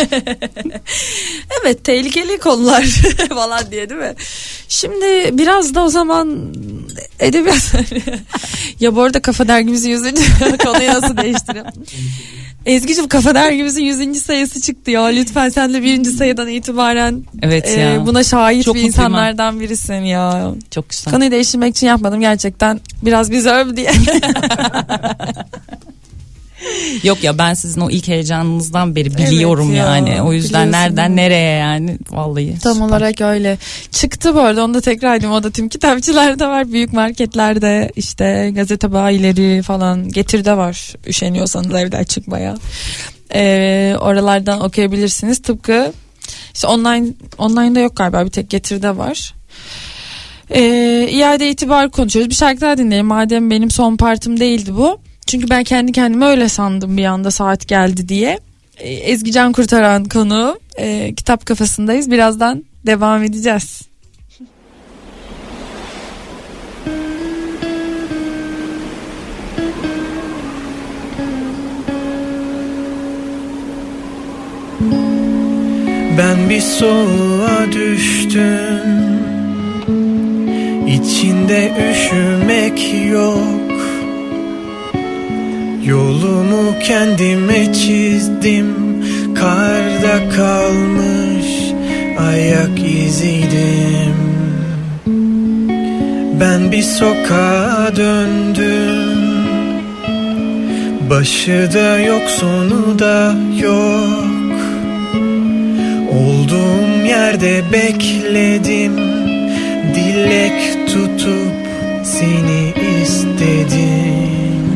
Evet, tehlikeli konular falan diye, değil mi? Şimdi biraz da o zaman edebiyat. Ya bu arada Kafa Dergimizin yüzüncü konuyu nasıl değiştireyim? Ezgi'cim, Kafa Dergimizin yüzüncü sayısı çıktı ya. Lütfen sen de birinci sayıdan itibaren evet e, ya. buna şahit çok bir mutluyum insanlardan birisin ya. Çok güzel. Konuyu değiştirmek için yapmadım gerçekten. Biraz bizi öv diye. Yok ya, ben sizin o ilk heyecanınızdan beri biliyorum evet ya, yani. O yüzden nereden nereye yani, vallahi. Tam süper. olarak öyle. Çıktı bu arada, onu da tekrar edeyim. O da tüm kitapçılarda var. Büyük marketlerde, işte gazete bayileri falan, Getir'de var. Üşeniyorsanız evden çıkmaya. Ee, oralardan okuyabilirsiniz. Tıpkı işte online online'da yok galiba, bir tek Getir'de var. Ee, iade itibar konuşuyoruz. Bir şarkı daha dinleyelim. Madem benim son partım değildi bu. Çünkü ben kendi kendime öyle sandım bir anda saat geldi diye. Ee, Ezgi Can Kurtaran konu. Ee, kitap kafasındayız. Birazdan devam edeceğiz. Ben bir soğuğa düştüm, İçinde üşümek yok. Yolumu kendime çizdim. Karda kalmış ayak iziydim. Ben bir sokağa döndüm. Başı da yok, sonu da yok. Olduğum yerde bekledim. Dilek tutup seni istedim.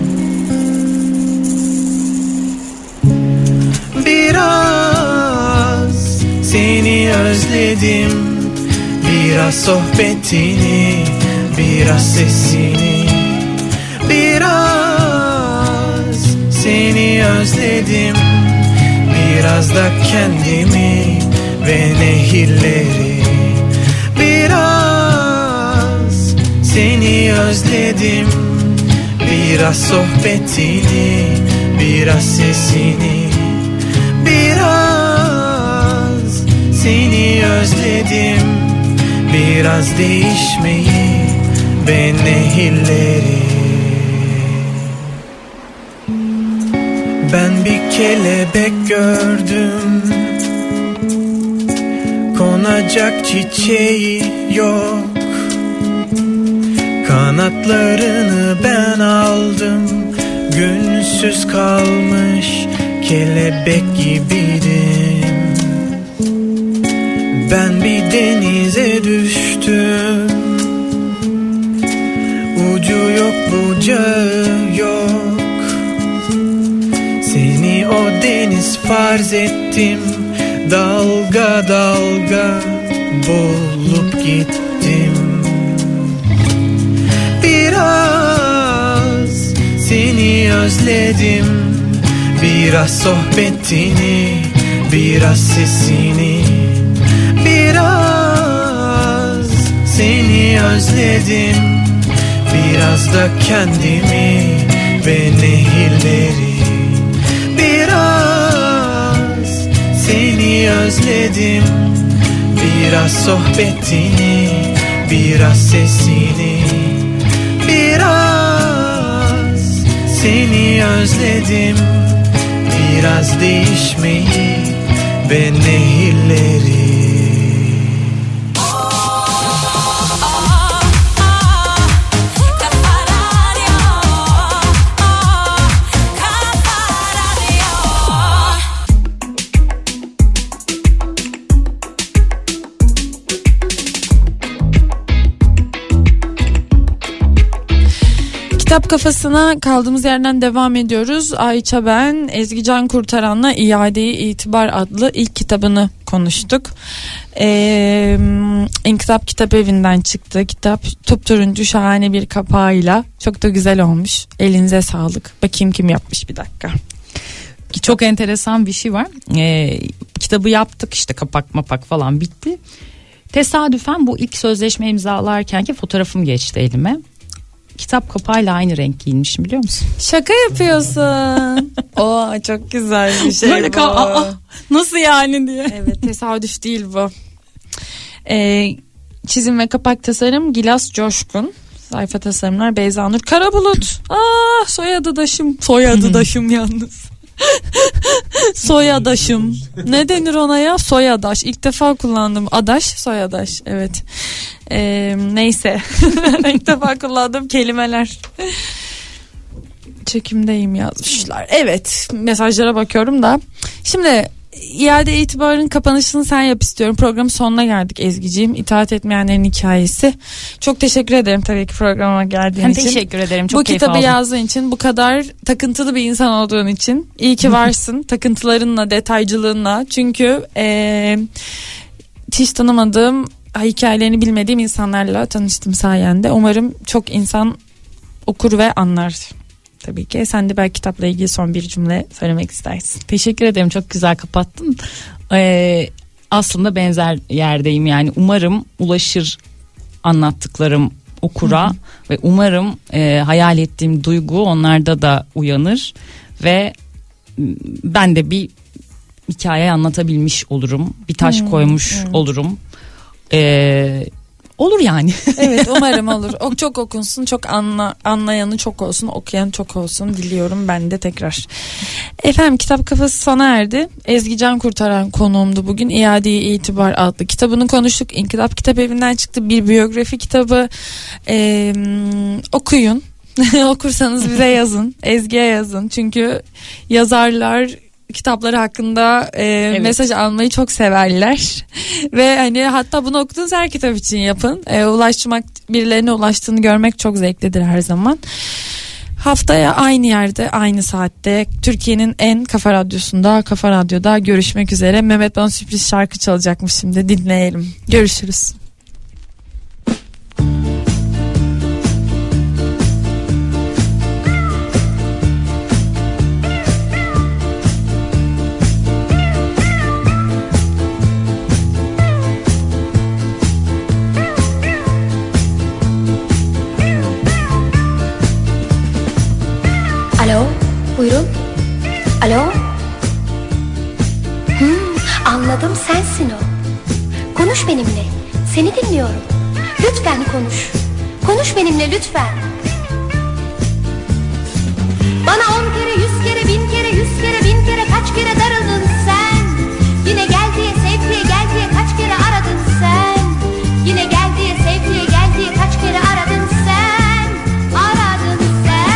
Biraz seni özledim. Biraz sohbetini, biraz sesini. Biraz seni özledim. Biraz da kendimi ve nehirleri. Biraz seni özledim. Biraz sohbetini, biraz sesini. Biraz seni özledim. Biraz değişmeyi ve nehirleri. Ben bir kelebek gördüm. Konacak çiçeği yok. Kanatlarını ben aldım. Günsüz kalmış kelebek gibiydim. Ben bir denize düştüm. Ucu yok, bucağı yok. Seni o deniz farz ettim. Dalga dalga bulup gittim. Biraz seni özledim. Biraz sohbetini, biraz sesini. Biraz seni özledim. Biraz da kendimi ve nehirleri. Biraz seni özledim. Biraz sohbetini, biraz sesini. Biraz seni özledim. Biraz değişmeyi ve nehirleri. Kitap Kafasına kaldığımız yerden devam ediyoruz. Ayça ben, Ezgi Can Kurtaran'la İade-i İtibar adlı ilk kitabını konuştuk. Ee, İnkılap Kitap Evi'nden çıktı. Kitap turuncu şahane bir kapağıyla. Çok da güzel olmuş. Elinize sağlık. Bakayım kim yapmış, bir dakika. Çok enteresan bir şey var. Ee, kitabı yaptık, işte kapak mapak falan bitti. Tesadüfen bu ilk sözleşme imzalarkenki fotoğrafım geçti elime. Kitap kapağıyla aynı renk giyinmişim, biliyor musun? Şaka yapıyorsun. Oo, çok güzel bir şey Böyle bu. Ka- Aa, nasıl yani diye. Evet, tesadüf değil bu. Ee, çizim ve kapak tasarım Gilas Coşkun. Sayfa tasarımlar Beyza Nur Karabulut. Aa, soyadı daşım. Soyadı daşım yalnız. Soyadaşım. Ne denir ona ya? Soyadaş. İlk defa kullandım. Adaş, soyadaş. Evet. Ee, neyse. İlk defa kullandığım kelimeler. Çekimdeyim yazmışlar. Evet. Mesajlara bakıyorum da. Şimdi İade itibarın kapanışını sen yap istiyorum. Programın sonuna geldik Ezgi'ciğim. İtaat etmeyenlerin hikayesi. Çok teşekkür ederim tabii ki programa geldiğin ben için. Teşekkür ederim. Çok bu keyif kitabı aldım. yazdığın için, bu kadar takıntılı bir insan olduğun için. İyi ki varsın. Takıntılarınla, detaycılığınla. Çünkü ee, hiç tanımadığım, hikayelerini bilmediğim insanlarla tanıştım sayende. Umarım çok insan okur ve anlar. Tabii ki. Sen de belki kitapla ilgili son bir cümle söylemek istersin. Teşekkür ederim. Çok güzel kapattın. Ee, aslında benzer yerdeyim. Yani umarım ulaşır anlattıklarım okura. Hı hı. Ve umarım e, hayal ettiğim duygu onlarda da uyanır. Ve ben de bir hikaye anlatabilmiş olurum. Bir taş hı, koymuş hı. olurum. Ee, olur yani. Evet, umarım olur. O çok okunsun, çok anla, anlayanı çok olsun, okuyan çok olsun diliyorum ben de tekrar. Efendim, Kitap Kafası sona erdi. Ezgi Can Kurtaran konuğumdu bugün. İade-i İtibar adlı kitabını konuştuk. İnkılap Kitap Evi'nden çıktı, bir biyografi kitabı. Ee, okuyun. Okursanız bize yazın. Ezgi'ye yazın. Çünkü yazarlar kitapları hakkında e, evet. mesaj almayı çok severler. Ve hani hatta bunu okuduğunuz her kitap için yapın. E, ulaşmak, birilerine ulaştığını görmek çok zevklidir her zaman. Haftaya aynı yerde, aynı saatte Türkiye'nin en kafa radyosunda, Kafa Radyo'da görüşmek üzere. Mehmet bana sürpriz şarkı çalacakmış, şimdi dinleyelim. Görüşürüz. Buyurun. Alo. Hmm, anladım, sensin o. Konuş benimle. Seni dinliyorum. Lütfen konuş. Konuş benimle lütfen. Bana on kere, yüz kere, bin kere, yüz kere, bin kere kaç kere darıldın sen? Yine gel diye, sev diye, gel diye kaç kere aradın sen? Yine gel diye, sev diye, gel diye kaç kere aradın sen? Aradın sen.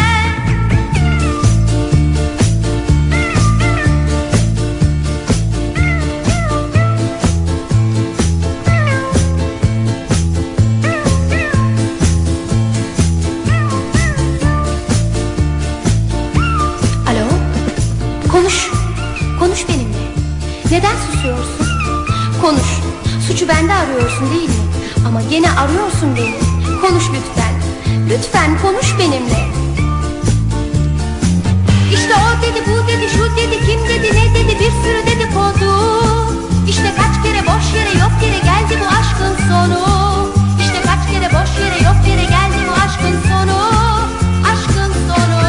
Konuş, konuş benimle. Neden susuyorsun? Konuş, suçu bende arıyorsun değil mi? Ama gene arıyorsun beni. Konuş lütfen, lütfen konuş benimle. İşte o dedi, bu dedi, şu dedi, kim dedi, ne dedi, bir sürü dedikodu. İşte kaç kere boş yere, yok yere geldi bu aşkın sonu. İşte kaç kere boş yere, yok yere geldi bu aşkın sonu. Aşkın sonu.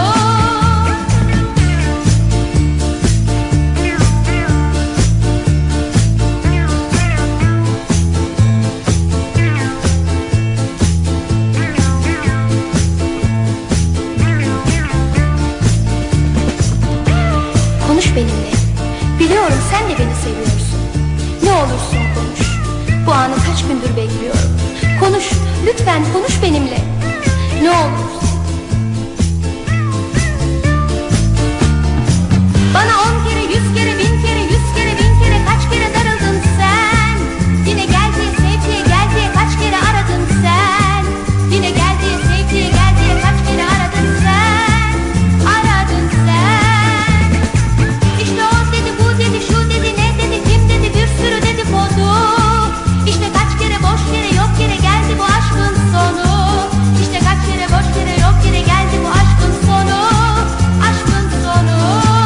Konuş benimle. Biliyorum sen de beni seviyorsun. Ne olursun konuş. Bu anı kaç gündür bekliyorum. Konuş, lütfen konuş benimle. Ne olursun. Bana on kere, yüz kere, bin kere, yüz kere, bin kere kaç kere darıldın sen? Yine gel diye, sev diye, gel diye kaç kere aradın sen? Yine gel diye, sev diye, gel diye kaç kere aradın sen? Aradın sen. İşte o dedi, bu dedi, şu dedi, ne dedi, kim dedi, bir sürü dedikodu. İşte kaç kere boş yere, yok yere geldi bu aşkın sonu. İşte kaç kere boş yere, yok yere geldi bu aşkın sonu. Aşkın sonu.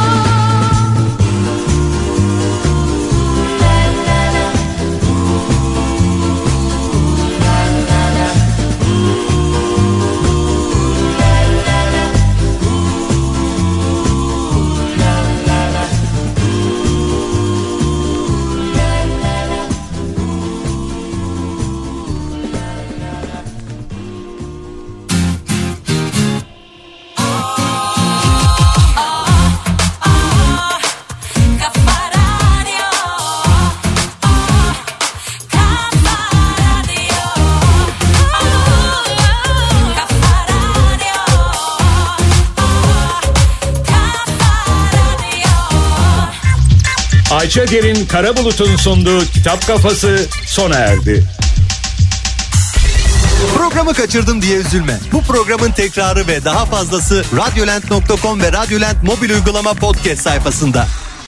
Ayça Derin Karabulut'un sunduğu Kitap Kafası sona erdi. Programı kaçırdım diye üzülme. Bu programın tekrarı ve daha fazlası radyolent nokta com ve Radyolent mobil uygulama podcast sayfasında.